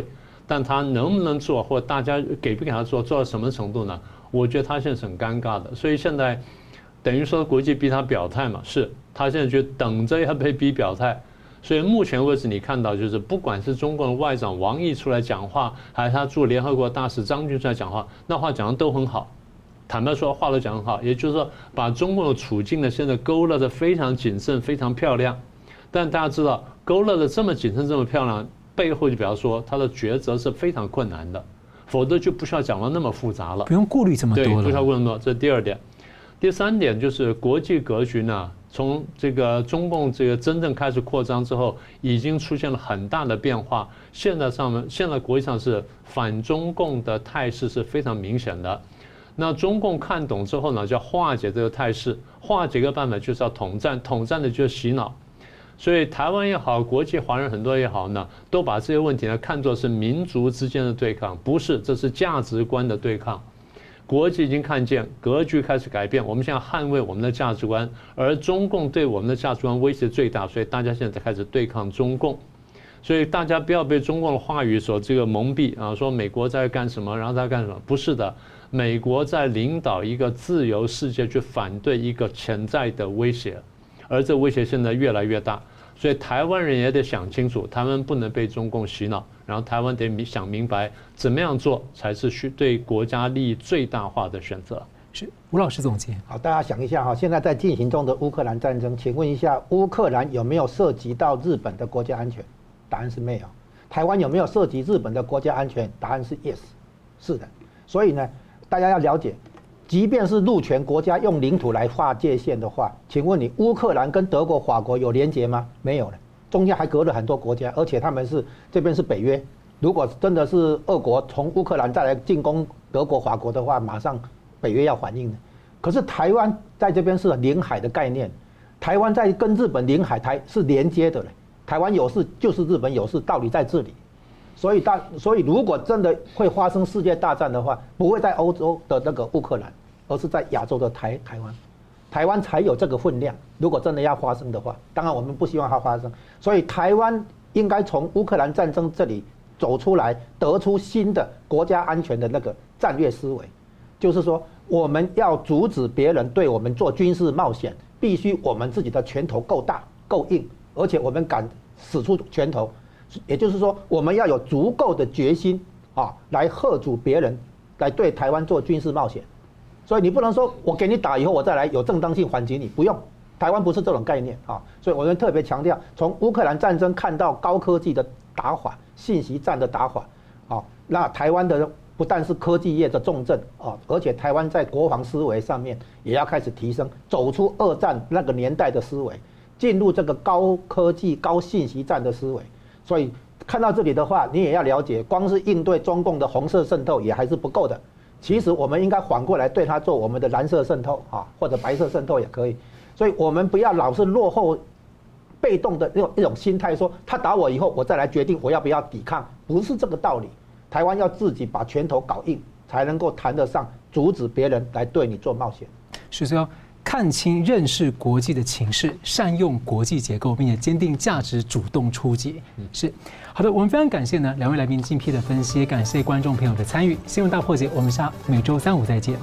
但他能不能做，或大家给不给他做，做到什么程度呢？我觉得他现在是很尴尬的。所以现在等于说国际逼他表态嘛，是他现在就等着要被逼表态。所以目前为止，你看到就是不管是中国的外长王毅出来讲话，还是他驻联合国大使张军出来讲话，那话讲的都很好。坦白说，话都讲得很好，也就是说，把中共的处境呢，现在勾勒得非常谨慎、非常漂亮。但大家知道，勾勒得这么谨慎、这么漂亮，背后就比方说，他的抉择是非常困难的，否则就不需要讲到那么复杂了， 不用顾虑这么多了。 对，不需要顾虑那么多。这是第二点。第三点就是国际格局呢，从这个中共这个真正开始扩张之后，已经出现了很大的变化。现在上面，现在国际上是反中共的态势是非常明显的。那中共看懂之后呢，就要化解这个态势，化解一个办法就是要统战，统战的就是洗脑。所以台湾也好，国际华人很多也好呢，都把这些问题呢看作是民族之间的对抗，不是，这是价值观的对抗。国际已经看见格局开始改变，我们现在捍卫我们的价值观，而中共对我们的价值观威胁最大，所以大家现在才开始对抗中共。所以大家不要被中共的话语所这个蒙蔽啊，说美国在干什么，然后在干什么？不是的，美国在领导一个自由世界去反对一个潜在的威胁，而这威胁现在越来越大。所以台湾人也得想清楚，台湾不能被中共洗脑，然后台湾得想明白怎么样做才是对国家利益最大化的选择。 是吴老师总结。 好，大家想一下哈，现在在进行中的乌克兰战争，请问一下，乌克兰有没有涉及到日本的国家安全？答案是没有。台湾有没有涉及日本的国家安全？答案是 yes， 是的。所以呢，大家要了解，即便是陆权国家用领土来划界限的话，请问你乌克兰跟德国、法国有连结吗？没有了，中间还隔了很多国家，而且他们是这边是北约。如果真的是俄国从乌克兰再来进攻德国、法国的话，马上北约要反应的。可是台湾在这边是领海的概念，台湾在跟日本领海台是连接的嘞。台湾有事就是日本有事，道理在这里。所以大，所以如果真的会发生世界大战的话，不会在欧洲的那个乌克兰，而是在亚洲的台台湾，台湾才有这个分量。如果真的要发生的话，当然我们不希望它发生。所以台湾应该从乌克兰战争这里走出来，得出新的国家安全的那个战略思维，就是说我们要阻止别人对我们做军事冒险，必须我们自己的拳头够大够硬，而且我们敢使出拳头。也就是说，我们要有足够的决心啊，来吓阻别人，来对台湾做军事冒险。所以你不能说我给你打以后，我再来有正当性还击你，不用。台湾不是这种概念啊，所以我们特别强调，从乌克兰战争看到高科技的打法、信息战的打法，啊，那台湾的不但是科技业的重镇啊，而且台湾在国防思维上面也要开始提升，走出二战那个年代的思维，进入这个高科技、高信息战的思维。所以看到这里的话，你也要了解，光是应对中共的红色渗透也还是不够的。其实我们应该反过来对它做我们的蓝色渗透啊，或者白色渗透也可以。所以我们不要老是落后、被动的那种一种心态，说他打我以后，我再来决定我要不要抵抗，不是这个道理。台湾要自己把拳头搞硬，才能够谈得上阻止别人来对你做冒险。 是说看清、认识国际的情势，善用国际结构，并且坚定价值，主动出击。是好的，我们非常感谢呢两位来宾精辟的分析，感谢观众朋友的参与。新闻大破解，我们下每周三五再见。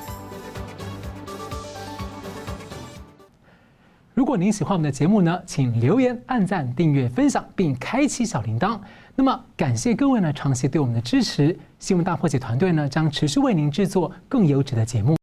如果您喜欢我们的节目呢，请留言、按赞、订阅、分享，并开启小铃铛。那么，感谢各位呢长期对我们的支持。新闻大破解团队呢将持续为您制作更优质的节目。